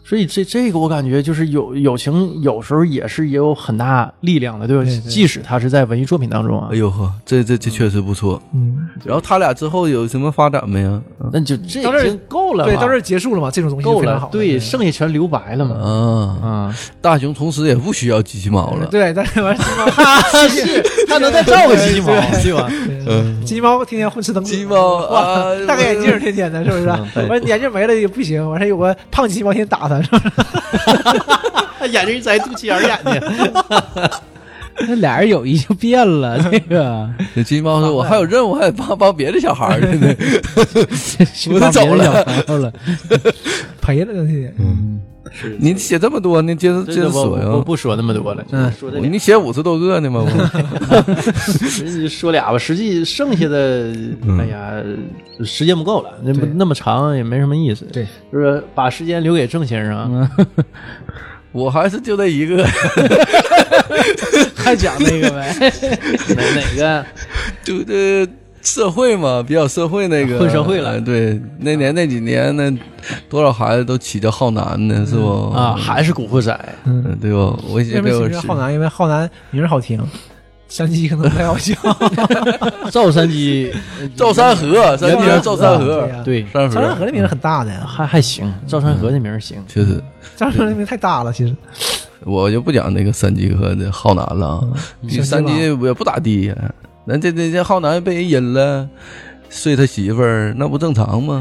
所以这这个我感觉就是友友情有时候也是也有很大力量的，对吧？ 对对即使他是在文艺作品当中啊哎，呦呵，这这这确实不错。 嗯， 然后他俩之后有什么发展没啊？ 那就这到这儿已经够了嘛， 对，到这儿结束了嘛，这种东西就够非常好，。 了对，剩下全留白了嘛。 啊， 啊， 大雄从此也不需要机器猫了。 对，但是完鸡毛， 是他能再造个机器猫，对吧？ 嗯， 鸡毛天天混吃等死， 鸡毛哇啊， 戴个眼镜，天天的，是不是？ 嗯对完眼镜没了也不行，完事有个胖鸡毛天天打他，是不是？ 他眼睛在肚脐眼眼睛。 那俩人友谊就变了，这个这金猫说：“我还有任务，还得帮帮别的小孩儿呢。我都走了小朋友了。 赔了那天天。 嗯，你写这么多呢，接着接着我说呀。 我不说那么多了， 嗯说这你写五十多个呢吗？ 俩说俩吧，实际剩下的，哎呀，时间不够了，那么对那么长也没什么意思。 对， 就是把时间留给郑先生啊。 我还是就这一个， 还讲那个呗？ 哪哪个？ 就这社会嘛，比较社会那个混社会了呃对，那年那几年那多少孩子都起叫浩南呢，是不？ 啊，还是古惑仔。 嗯，对吧？我为写什么起给我是名浩南？因为浩南名儿好听，山鸡可能不太好笑。 赵三鸡， 赵山河，咱名赵山河对，呀对， 山张山河的名儿很大的呀， 还还行，赵山河这名儿行。 确实。 张山河的名儿太大了，其实。 我就不讲那个三鸡和这浩南了啊，比三鸡也不咋地呀。那这这这浩南被人阴了，睡他媳妇儿，那不正常吗？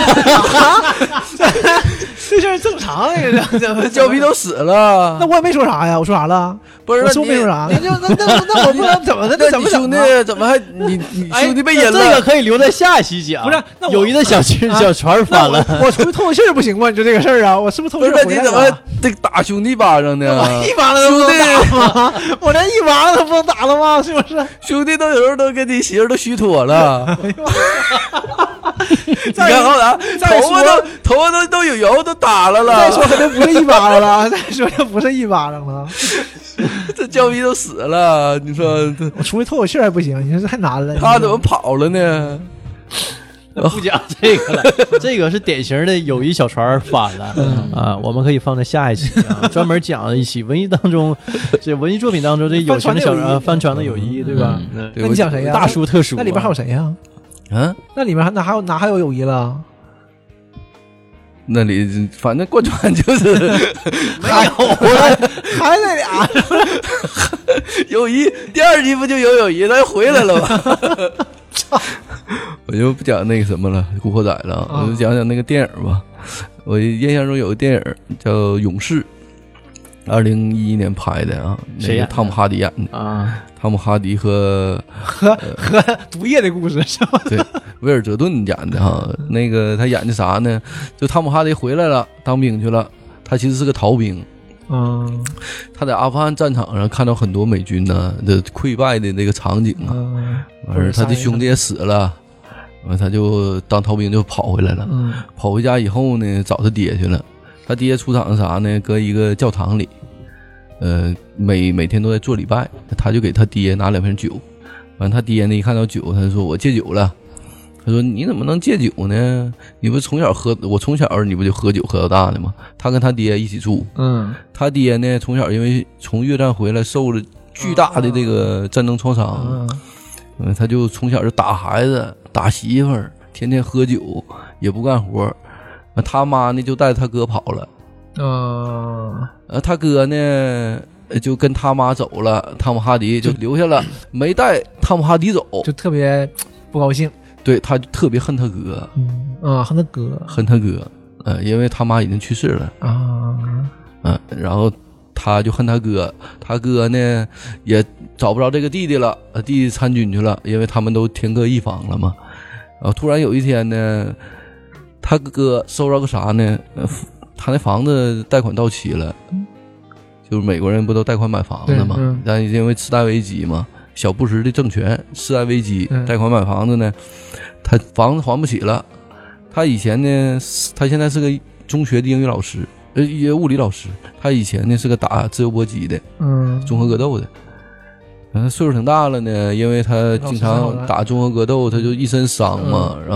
这事儿正常，那个怎么胶皮都死了那，我也没说啥呀，我说啥了？ 不是我说没说啥，那就那那那我不能怎么的？ 那怎么兄弟怎么还你你哎兄弟被阴这个了？ 可以留在下期讲。 不是那我友谊的小船啊小船翻了。 我出去透个气儿不行吗？你说这个事儿啊，我是不是透不是气儿回来你怎么了？ 得打兄弟巴掌呢？ 一巴掌都不能打吗？我连一巴掌都不能打了吗？是不是？ 兄弟都有时候都跟你媳妇儿都虚脱了。你再看浩南再头发说都头发都都有油都打了再说了， 肯定不是一巴掌了，再说就不是一巴掌了。 这胶皮都死了，你说这我出去透个气儿还不行，你说这太难了。 他怎么跑了呢？ 不讲这个了，这个是典型的友谊小船翻了啊！我们可以放在下一期啊，专门讲一期文艺当中，这文艺作品当中这友情的小船翻船的友谊，对吧？嗯对那你讲谁呀？ 大书特书啊， 那里边还有谁呀？ 嗯， 那里面还哪还有哪还有友谊了？ 那里反正贯穿就是没有了，还那俩。 友谊，第二集不就有友谊，他又回来了吗？我就不讲那个什么了，古惑仔了， 啊我就讲讲那个电影吧。我印象中有个电影叫《勇士》，二零一一年拍的啊， 谁演的那个汤姆哈迪演的， 啊， 汤姆哈迪和和和毒液的故事是吧？ 对威尔·泽顿演的哈。那个他演的啥呢？就汤姆哈迪回来了，当兵去了，他其实是个逃兵。 嗯他在阿富汗战场上看到很多美军呢的溃败的那个场景啊， 嗯完事儿他的兄弟也死了，完他就当逃兵就跑回来了。 嗯跑回家以后呢，找他爹去了。他爹出场是啥呢？搁一个教堂里，呃，每每天都在做礼拜，他就给他爹拿两瓶酒。完，他爹呢一看到酒，他就说：“我戒酒了。”他说：“你怎么能戒酒呢？你不从小喝，我从小你不就喝酒喝到大的吗？”他跟他爹一起住， 嗯他爹呢从小因为从越战回来受了巨大的这个战争创伤， 嗯嗯，他就从小就打孩子、打媳妇儿，天天喝酒，也不干活。他妈呢就带他哥跑了， 嗯呃，他哥呢就跟他妈走了，汤姆哈迪就留下了，没带汤姆哈迪走， 就特别不高兴。 对，他就特别恨他哥， 嗯啊，和他哥恨他哥，呃，因为他妈已经去世了， 啊， 嗯，然后他就恨他哥，他哥呢也找不着这个弟弟了，弟弟参军去了，因为他们都天各一方了嘛。然后突然有一天呢，他哥收着个啥呢？呃他那房子贷款到期了，就是美国人不都贷款买房子嘛？ 嗯嗯但因为次贷危机嘛，小布什的政权次贷危机， 嗯贷款买房子呢，他房子还不起了。他以前呢，他现在是个中学的英语老师，呃，也物理老师。他以前呢是个打自由搏击的， 嗯综合格斗的。嗯，岁数挺大了呢，因为他经常打综合格斗，他就一身伤嘛，然后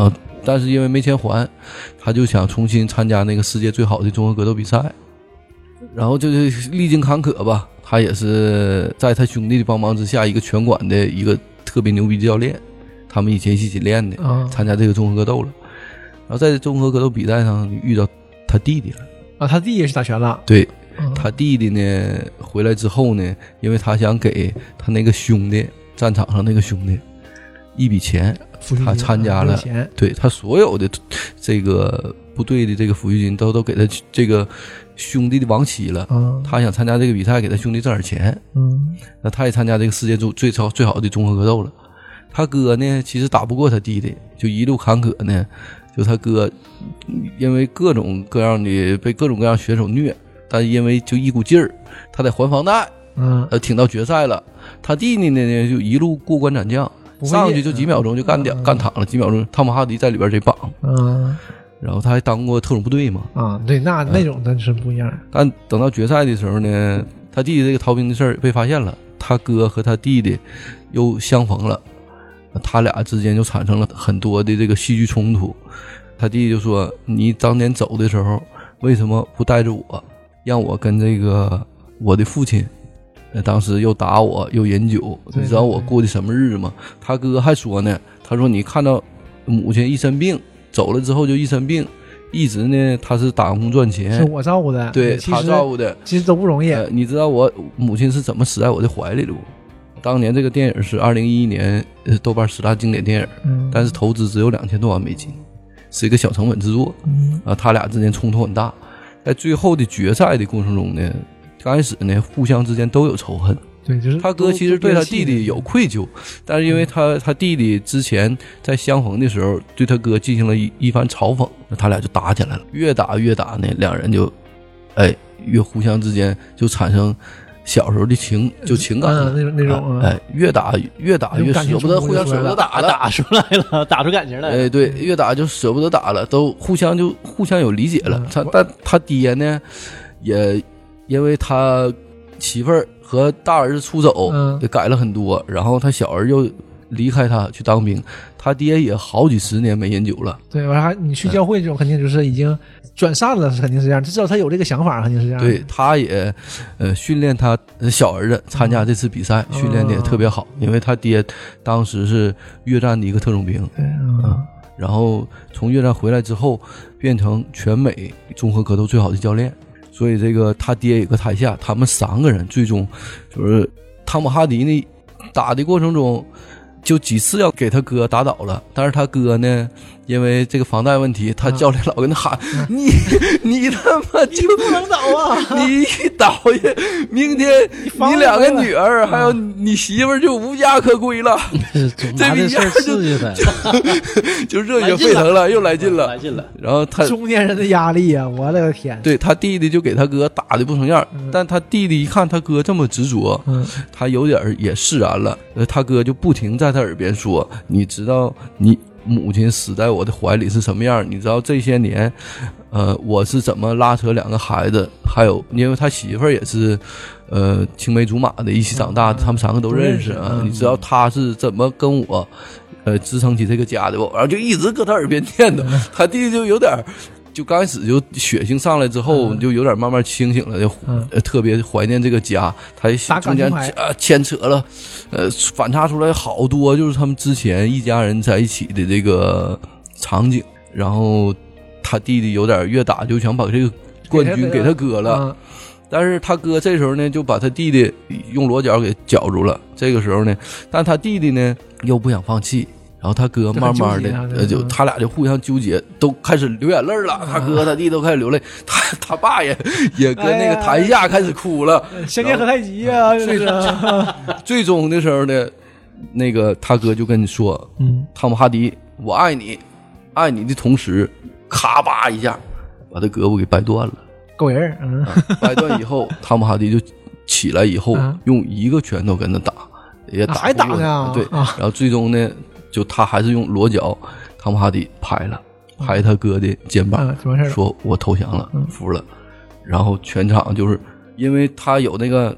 但是因为没钱还，他就想重新参加那个世界最好的综合格斗比赛，然后就是历经坎坷吧，他也是在他兄弟的帮忙之下，一个拳馆的一个特别牛逼的教练，他们以前一起练的，参加这个综合格斗了。然后在综合格斗比赛上遇到他弟弟了啊，他弟也是打拳了。 对，他弟弟呢回来之后呢，因为他想给他那个兄弟战场上那个兄弟一笔钱，他参加了，对他所有的这个部队的这个抚恤金都都给他这个兄弟的亡妻了，嗯，他想参加这个比赛给他兄弟挣点钱，嗯，那他也参加这个世界最最最好的综合格斗了。他哥呢其实打不过他弟弟，就一路坎坷呢，就他哥因为各种各样的被各种各样选手虐，但因为就一股劲儿，他得还房贷，嗯，呃，挺到决赛了。他弟弟呢就一路过关斩将，上去就几秒钟就干掉、嗯、干躺了，几秒钟汤姆哈迪在里边这绑，嗯，然后他还当过特种部队嘛， 啊，对，那那种真是不一样、嗯。 但等到决赛的时候呢，他弟弟这个逃兵的事儿被发现了，他哥和他弟弟又相逢了，他俩之间就产生了很多的这个戏剧冲突。他弟弟就说：“你当年走的时候，为什么不带着我，让我跟这个我的父亲？”当时又打我又饮酒，你知道我过的什么日子吗？他哥还说呢，他说你看到母亲一身病，走了之后就一身病，一直呢他是打工赚钱， 是我照顾的， 对，他照顾的， 其实都不容易、 呃、你知道我母亲是怎么死在我的怀里的不？当年这个电影是二零一一年豆瓣十大经典电影、嗯、但是投资只有两千多万美金，是一个小成本制作、嗯、啊，他俩之间冲突很大。在最后的决赛的过程中呢，刚开始呢互相之间都有仇恨， 对，就是他哥其实对他弟弟有愧疚，但是因为他他弟弟之前在相逢的时候对他哥进行了一一番嘲讽，那他俩就打起来了，越打越打呢，两人就哎越互相之间就产生小时候的情就情感了、 嗯、那种那种、 哎越打越打越舍不得，互相舍不得打了， 打出来了，打出感情来了。 哎，对，越打就舍不得打了，都互相就互相有理解了。他但他爹呢，也因为他媳妇儿和大儿子出走， 嗯， 也改了很多，然后他小儿又离开他去当兵，他爹也好几十年没饮酒了。 对，完还你去教会这种肯定就是已经转善了，肯定是这样，至少他有这个想法，肯定是这样。 对，他也呃训练他小儿子参加这次比赛，嗯、训练的也特别好，因为他爹当时是越战的一个特种兵， 对，嗯， 嗯然后从越战回来之后，变成全美综合格斗最好的教练。所以这个他爹有个台下，他们三个人最终就是汤姆哈迪呢打的过程中就几次要给他哥打倒了，但是他哥呢因为这个房贷问题，他教练老跟他喊、啊、你你他妈就不能倒啊， 你一倒下明天你两个女儿还有你媳妇就无家可归了， 这笔钱就就热血沸腾了，又来劲了， 来劲了。 然后他中年人的压力啊，我的个天！ 对他弟弟就给他哥打的不成样、嗯、但他弟弟一看他哥这么执着、嗯、他有点也释然了，他哥就不停在他耳边说，你知道你母亲死在我的怀里是什么样，你知道这些年呃，我是怎么拉扯两个孩子，还有因为他媳妇儿也是呃青梅竹马的一起长大的、嗯、他们三个都认识啊、嗯、你知道他是怎么跟我呃支撑起这个家的不，然后就一直搁他耳边念叨、嗯、他弟弟就有点就刚开始就血性上来之后、嗯、就有点慢慢清醒了，就、嗯呃、特别怀念这个家，他中间呃牵扯了呃反差出来好多就是他们之前一家人在一起的这个场景，然后他弟弟有点越打就想把这个冠军给他哥了、嗯、但是他哥这时候呢就把他弟弟用裸脚给绞住了，这个时候呢但他弟弟呢又不想放弃，然后他哥慢慢的呃就他俩就互相纠结，都开始流眼泪了、嗯、他哥他弟都开始流泪，他他爸也也跟那个台下开始哭了， 仙剑和太极啊， 最最终的时候呢那个他哥就跟你说，嗯，汤姆哈迪我爱你，爱你的同时咔吧一下把他胳膊给掰断了， 狗人、嗯啊、掰断以后汤姆哈迪就起来以后、嗯、用一个拳头跟他打，也打、啊、 还打呢， 对、啊、然后最终呢就他还是用裸脚，汤姆哈迪拍了拍他哥的肩膀、 嗯、 说我投降了、嗯、服了，然后全场就是因为他有那个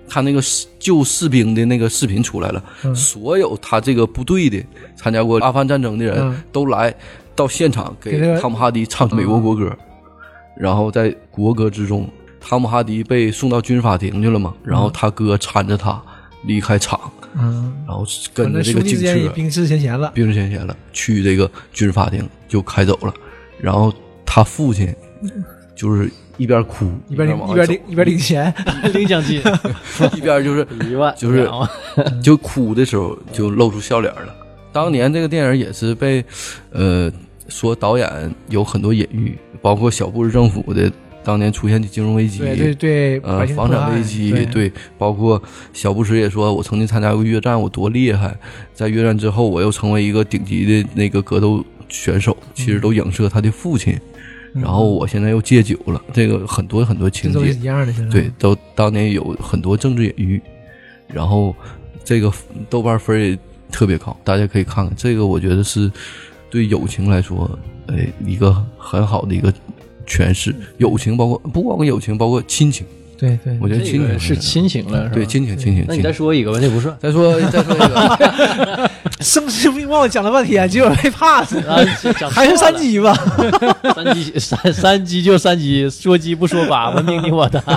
他那个救士兵的那个视频出来了， 嗯、 所有他这个部队的参加过阿富汗战争的人、嗯、都来到现场给汤姆哈迪唱美国国歌，嗯、然后在国歌之中，汤姆哈迪被送到军法庭去了嘛，然后他哥搀着他离开场， 嗯， 然后跟着这个警车， 冰释前嫌了， 冰释前嫌了，去这个军法庭就开走了，然后他父亲就是一边哭一边一边领一边领钱领奖金， 一边就是一万就是就哭的时候就露出笑脸了。当年这个电影也是被呃说导演有很多隐喻，包括小布什政府的当年出现的金融危机， 对对对， 呃房产危机， 对, 对，包括小布什也说我曾经参加过越战，我多厉害，在越战之后我又成为一个顶级的那个格斗选手，其实都影射他的父亲。嗯、然后我现在又戒酒了，这个很多很多情节都是一样的， 对，都当年有很多政治隐喻，然后这个豆瓣分也特别高，大家可以看看这个，我觉得是对友情来说，哎，一个很好的一个诠释。友情包括不包括友情，包括亲情。 对对， 我觉得亲情、 这个、是亲情了，是吧？ 对，亲情亲情。 那你再说一个吧，这不算。 再说再说一个， 生死并茂讲了半天，结果被 pass， 啊、 还是三级吧？ 三级三三级就三级，说鸡不说八，文明你我的。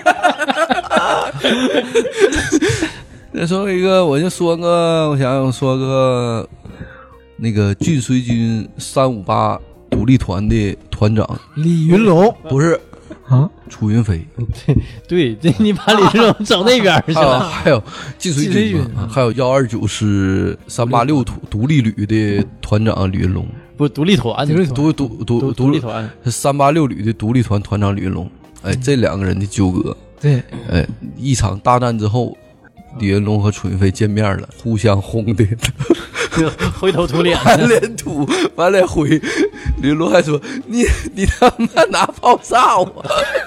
再说一个，我就说个，我想想说个那个晋绥军三五八独立团的团长李云龙， 不是。 啊， 楚云飞， 对对，你把李云龙整那边去了。 还有晋绥军，还有幺二九师三八六独立旅的团长李云龙， 不是独立团， 独独独独立团是三八六旅的独立团团长李云龙。哎，这两个人的纠葛， 对， 哎，一场大战之后，李云龙和楚云飞见面了，互相轰的。 灰头土脸， 满脸土，满脸灰。李云龙还说：“你你他妈拿炮炸我！”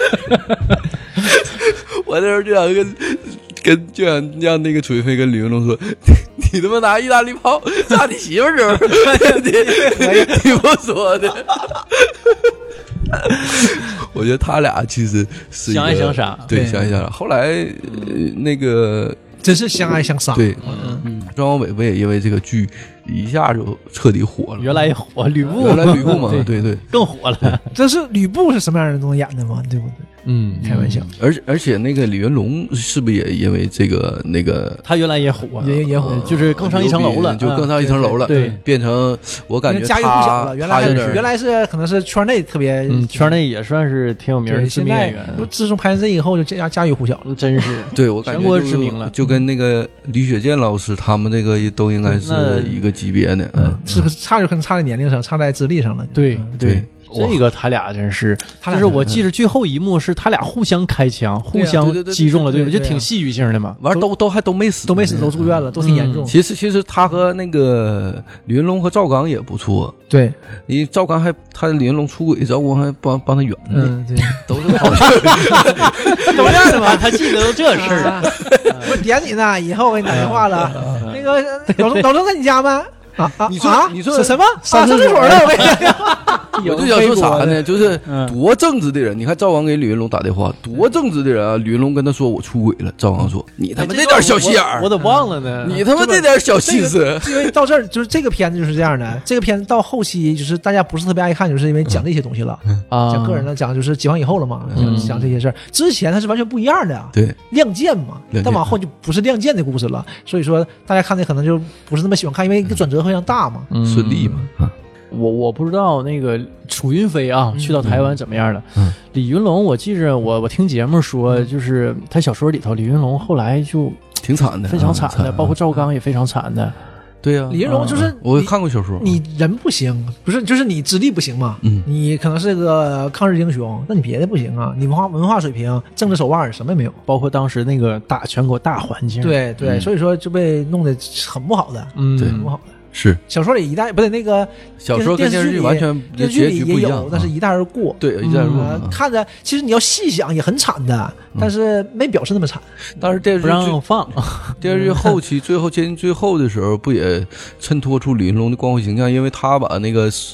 我那时候就想跟跟就想让那个楚云飞跟李云龙说：“你, 你他妈拿意大利炮炸你媳妇儿时候，你你不说的。”我觉得他俩其实是相爱相杀， 对，相爱相杀。后来、呃、那个。 真是相爱相杀。 对，嗯，庄王伟不也因为这个剧一下就彻底火了？ 原来火吕布， 原来吕布嘛，对 对, 对， 更火了。 这是吕布是什么样的人都能演的吗？对不对？ 嗯， 开玩笑。 而且而且那个李云龙是不是也因为这个那个他原来也火， 也也火， 就是更上一层楼了， 就更上一层楼了。 对， 变成我感觉家喻户晓了。原来原来是可能是圈内特别， 嗯，圈内也算是挺有名的知名演员。 自从拍这以后，就家家喻户晓了， 真是。 对我感觉全国知名了， 就跟那个李雪健老师他们这个都应该是一个级别的。嗯， 是差就可能差在年龄上，差在资历上了。 对对。这个他俩真是，就是我记着最后一幕是他俩互相开枪，互相击中了，对吧？就挺戏剧性的嘛。 完都都还都没死， 都没死，都住院了，都挺严重。 其实其实他和那个李云龙和赵刚也不错。 对， 你赵刚还他李云龙出轨，赵刚还帮帮他圆呢。 嗯，对， 都是好事儿， 都这样的吧？他记得都这事儿啊。 我点你呢，以后我给你打电话了。那个老郑，老郑在你家吗？啊啊！ 你说啊， 你说是什么？上厕所了，我跟你讲。 我就想说啥呢？就是多正直的人，你看赵刚给李云龙打电话，多正直的人啊！李云龙跟他说我出轨了，赵刚说你他妈这点小心眼儿， 我都忘了呢。 你他妈这点小心思， 因为到这儿就是这个片子就是这样的。这个片子到后期就是大家不是特别爱看，就是因为讲这些东西了啊，讲个人的，讲就是解放以后了嘛，讲这些事儿。之前它是完全不一样的呀， 对， 亮剑嘛，但往后就不是亮剑的故事了。所以说大家看的可能就不是那么喜欢看，因为一个转折非常大嘛， 顺利嘛。 我我不知道那个楚云飞啊，去到台湾怎么样了？嗯，李云龙，我记着我我听节目说，就是他小说里头，李云龙后来就挺惨的， 非常惨的，包括赵刚也非常惨的。 对呀、啊， 李云龙就是我看过小说， 你人不行，不是就是你资历不行嘛？嗯，你可能是个抗日英雄，那你别的不行啊，你文化文化水平、政治手腕什么也没有， 包括当时那个大全国大环境， 对对、嗯，所以说就被弄得很不好的， 嗯， 对，很不好的。 是小说里一代不对，那个小说跟电视剧完全电视剧里也有，但是一带而过。 对，一带而过。 嗯、看着其实你要细想也很惨的，但是没表示那么惨。 但是电视剧不让放， 电视剧后期最后接近最后的时候，不也衬托出李云龙的光辉形象？因为他把那个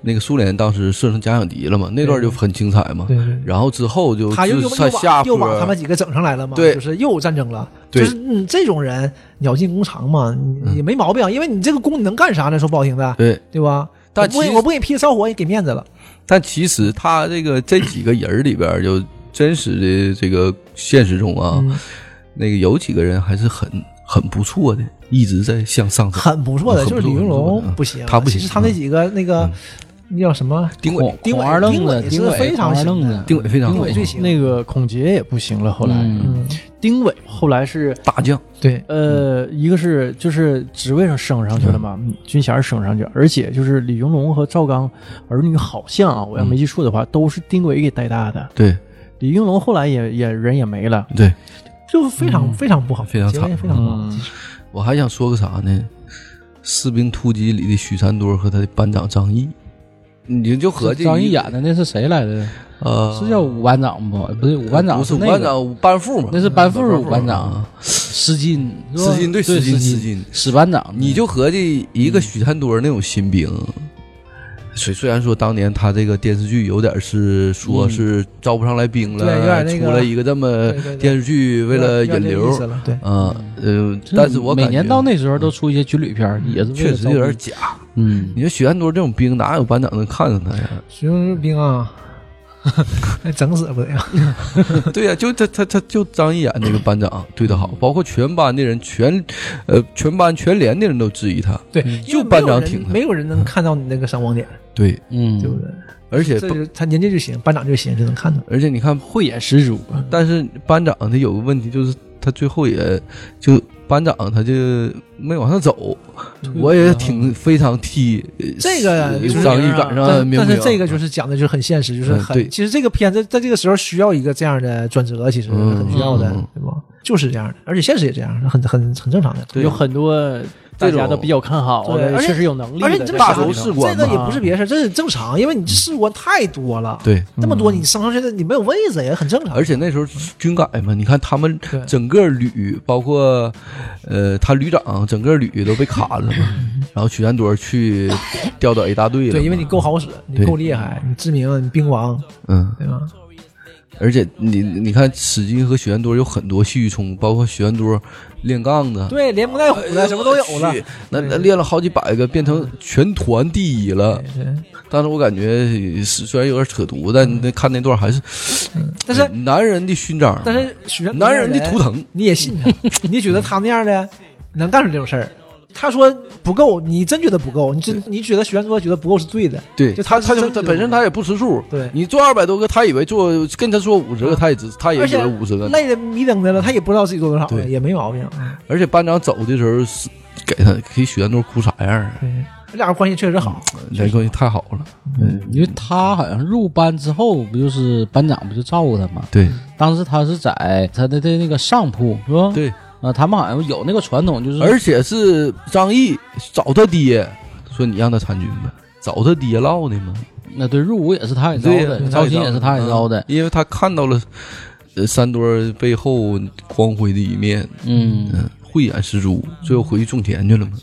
那个苏联当时射程假想敌了嘛，那段就很精彩嘛。 对对对然后之后就他又又他下又坡把他们几个整上来了嘛， 对就是又有战争了。 对就是嗯，这种人鸟尽弓藏嘛，你也没毛病，因为你这个弓你能干啥呢？说不好听的， 对对吧？ 但其实我不给我不给你劈烧火，也给面子了。 但其实他这个这几个人里边，就真实的这个现实中啊， 嗯那个有几个人还是很很不错的，一直在向上走。 很不错的， 很不错就是李云龙很不错不行， 他不行其实他那几个那个那叫什么丁伟， 丁伟孔二愣子， 丁伟是丁伟非常行的孔二愣子， 丁伟非常好丁伟，最行。 那个孔杰也不行了，后来， 嗯嗯， 丁伟后来是大将， 对， 呃，一个是就是职位上升上去了嘛，嗯军衔升上去，而且就是李云龙和赵刚儿女好像啊，我要没记错的话，都是丁伟给带大的。 对李云龙后来也也人也没了， 对。 就非常非常不好， 非常惨结尾非常不好。 嗯， 我还想说个啥呢？士兵突击里的许三多和他的班长张毅，你就合计张毅演的那是谁来着？ 呃， 是叫武班长不？不是武班长， 不是武那个班长，班副嘛？ 那是班副武班啊长，施金，是吧施金对对施金施施金史班长， 你就合计一个许三多那种新兵。虽虽然说当年他这个电视剧有点是说是招不上来兵了， 对有点那个出了一个这么对对对电视剧为了引有点这个意流思了对， 啊呃，但是我感觉每年到那时候都出一些军旅片，也是为了确实有点招兵假。 嗯， 你说许三多这种兵，哪有班长能看上他呀？ 徐荣兵啊，那整死不得呀？ 对呀、就他他他就张一演那个班长对他好，包括全班的人全，呃，全班全连的人都质疑他。 对， 就因为没有人班长挺他没有人能看到你那个闪光点， 对， 嗯， 对不对？ 而且这就他人家就行，班长就行，就能看到。 而且你看， 慧眼识珠啊。 但是班长他有个问题，就是他最后也就班长他就没往上走，我也挺非常替呃这个就是张一赶上但明明但是这个就是讲的就是很现实，就是很嗯对其实这个片子在这个时候需要一个这样的转折，其实嗯很需要的嗯， 对吧？就是这样的，而且现实也这样，很很很正常的。 对有很多大家都比较看好的， 对而且确实有能力的， 而且你这么大想轴士官这个也嘛不是别的事，这是正常，因为你士官太多了， 对， 那么多你升上去的你没有位子也很正常。 而且那时候军改嘛，你看他们对整个旅，包括呃他旅长整个旅都被砍了嘛，然后许三多去调到 A 大队了嘛， 对，因为你够好使，你对够厉害，你知名，你兵王， 嗯。 对吧？ 而且你你看史金和许三多有很多戏剧冲突，包括许三多练杠子， 对，连蒙带虎的什么都有了。 去那那练了好几百个，变成全团第一了。 对但是我感觉是虽然有点扯犊，但那看那段还是， 但是男人的勋章， 但是许三多男人的图腾， 你也信他？你觉得他那样的能干出这种事儿？他说不够，你真觉得不够？你真你觉得许三多觉得不够是对的？ 对， 就他他就他是真的本身他也不吃数， 对你做二百多个，他以为做跟他说五十个，他也只他也以而且为五十个呢。 累的迷瞪的了，他也不知道自己做多少了， 对也没毛病。 而且班长走的时候是给他给许三多哭啥样啊？ 对，这俩人关系确实好。 这关系太好了。 嗯，因为他好像入班之后，不就是班长不就照顾他吗？ 对当时他是在他的的那个上铺，是吧？ 对。 啊，他们好像有那个传统，就是而且是张毅找他爹说你让他参军吧，找他爹唠的嘛。 那对入伍也是他给招对的， 呀招亲也是他给招的嗯，因为他看到了呃三多背后光辉的一面， 嗯， 嗯，慧眼识珠，最后回去种田去了嘛。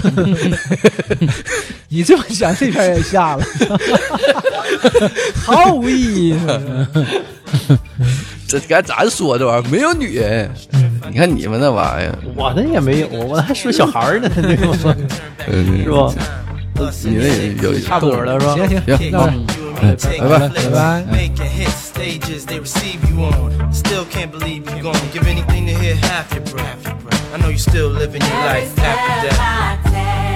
你这么想，这片也下了，毫无意义。 这该咱说这玩意儿没有女人，你看你们那玩意儿， 我的也没有，我还说小孩儿呢，对吧？ 嗯， 是吧？ 你那也有差不多了，是吧？ 行行， 行， 那好，哎，拜拜。 拜拜。 Making hit stages they receive you on. Still can't believe you gone. Give anything to hear half your breath. I know you still living your life after death.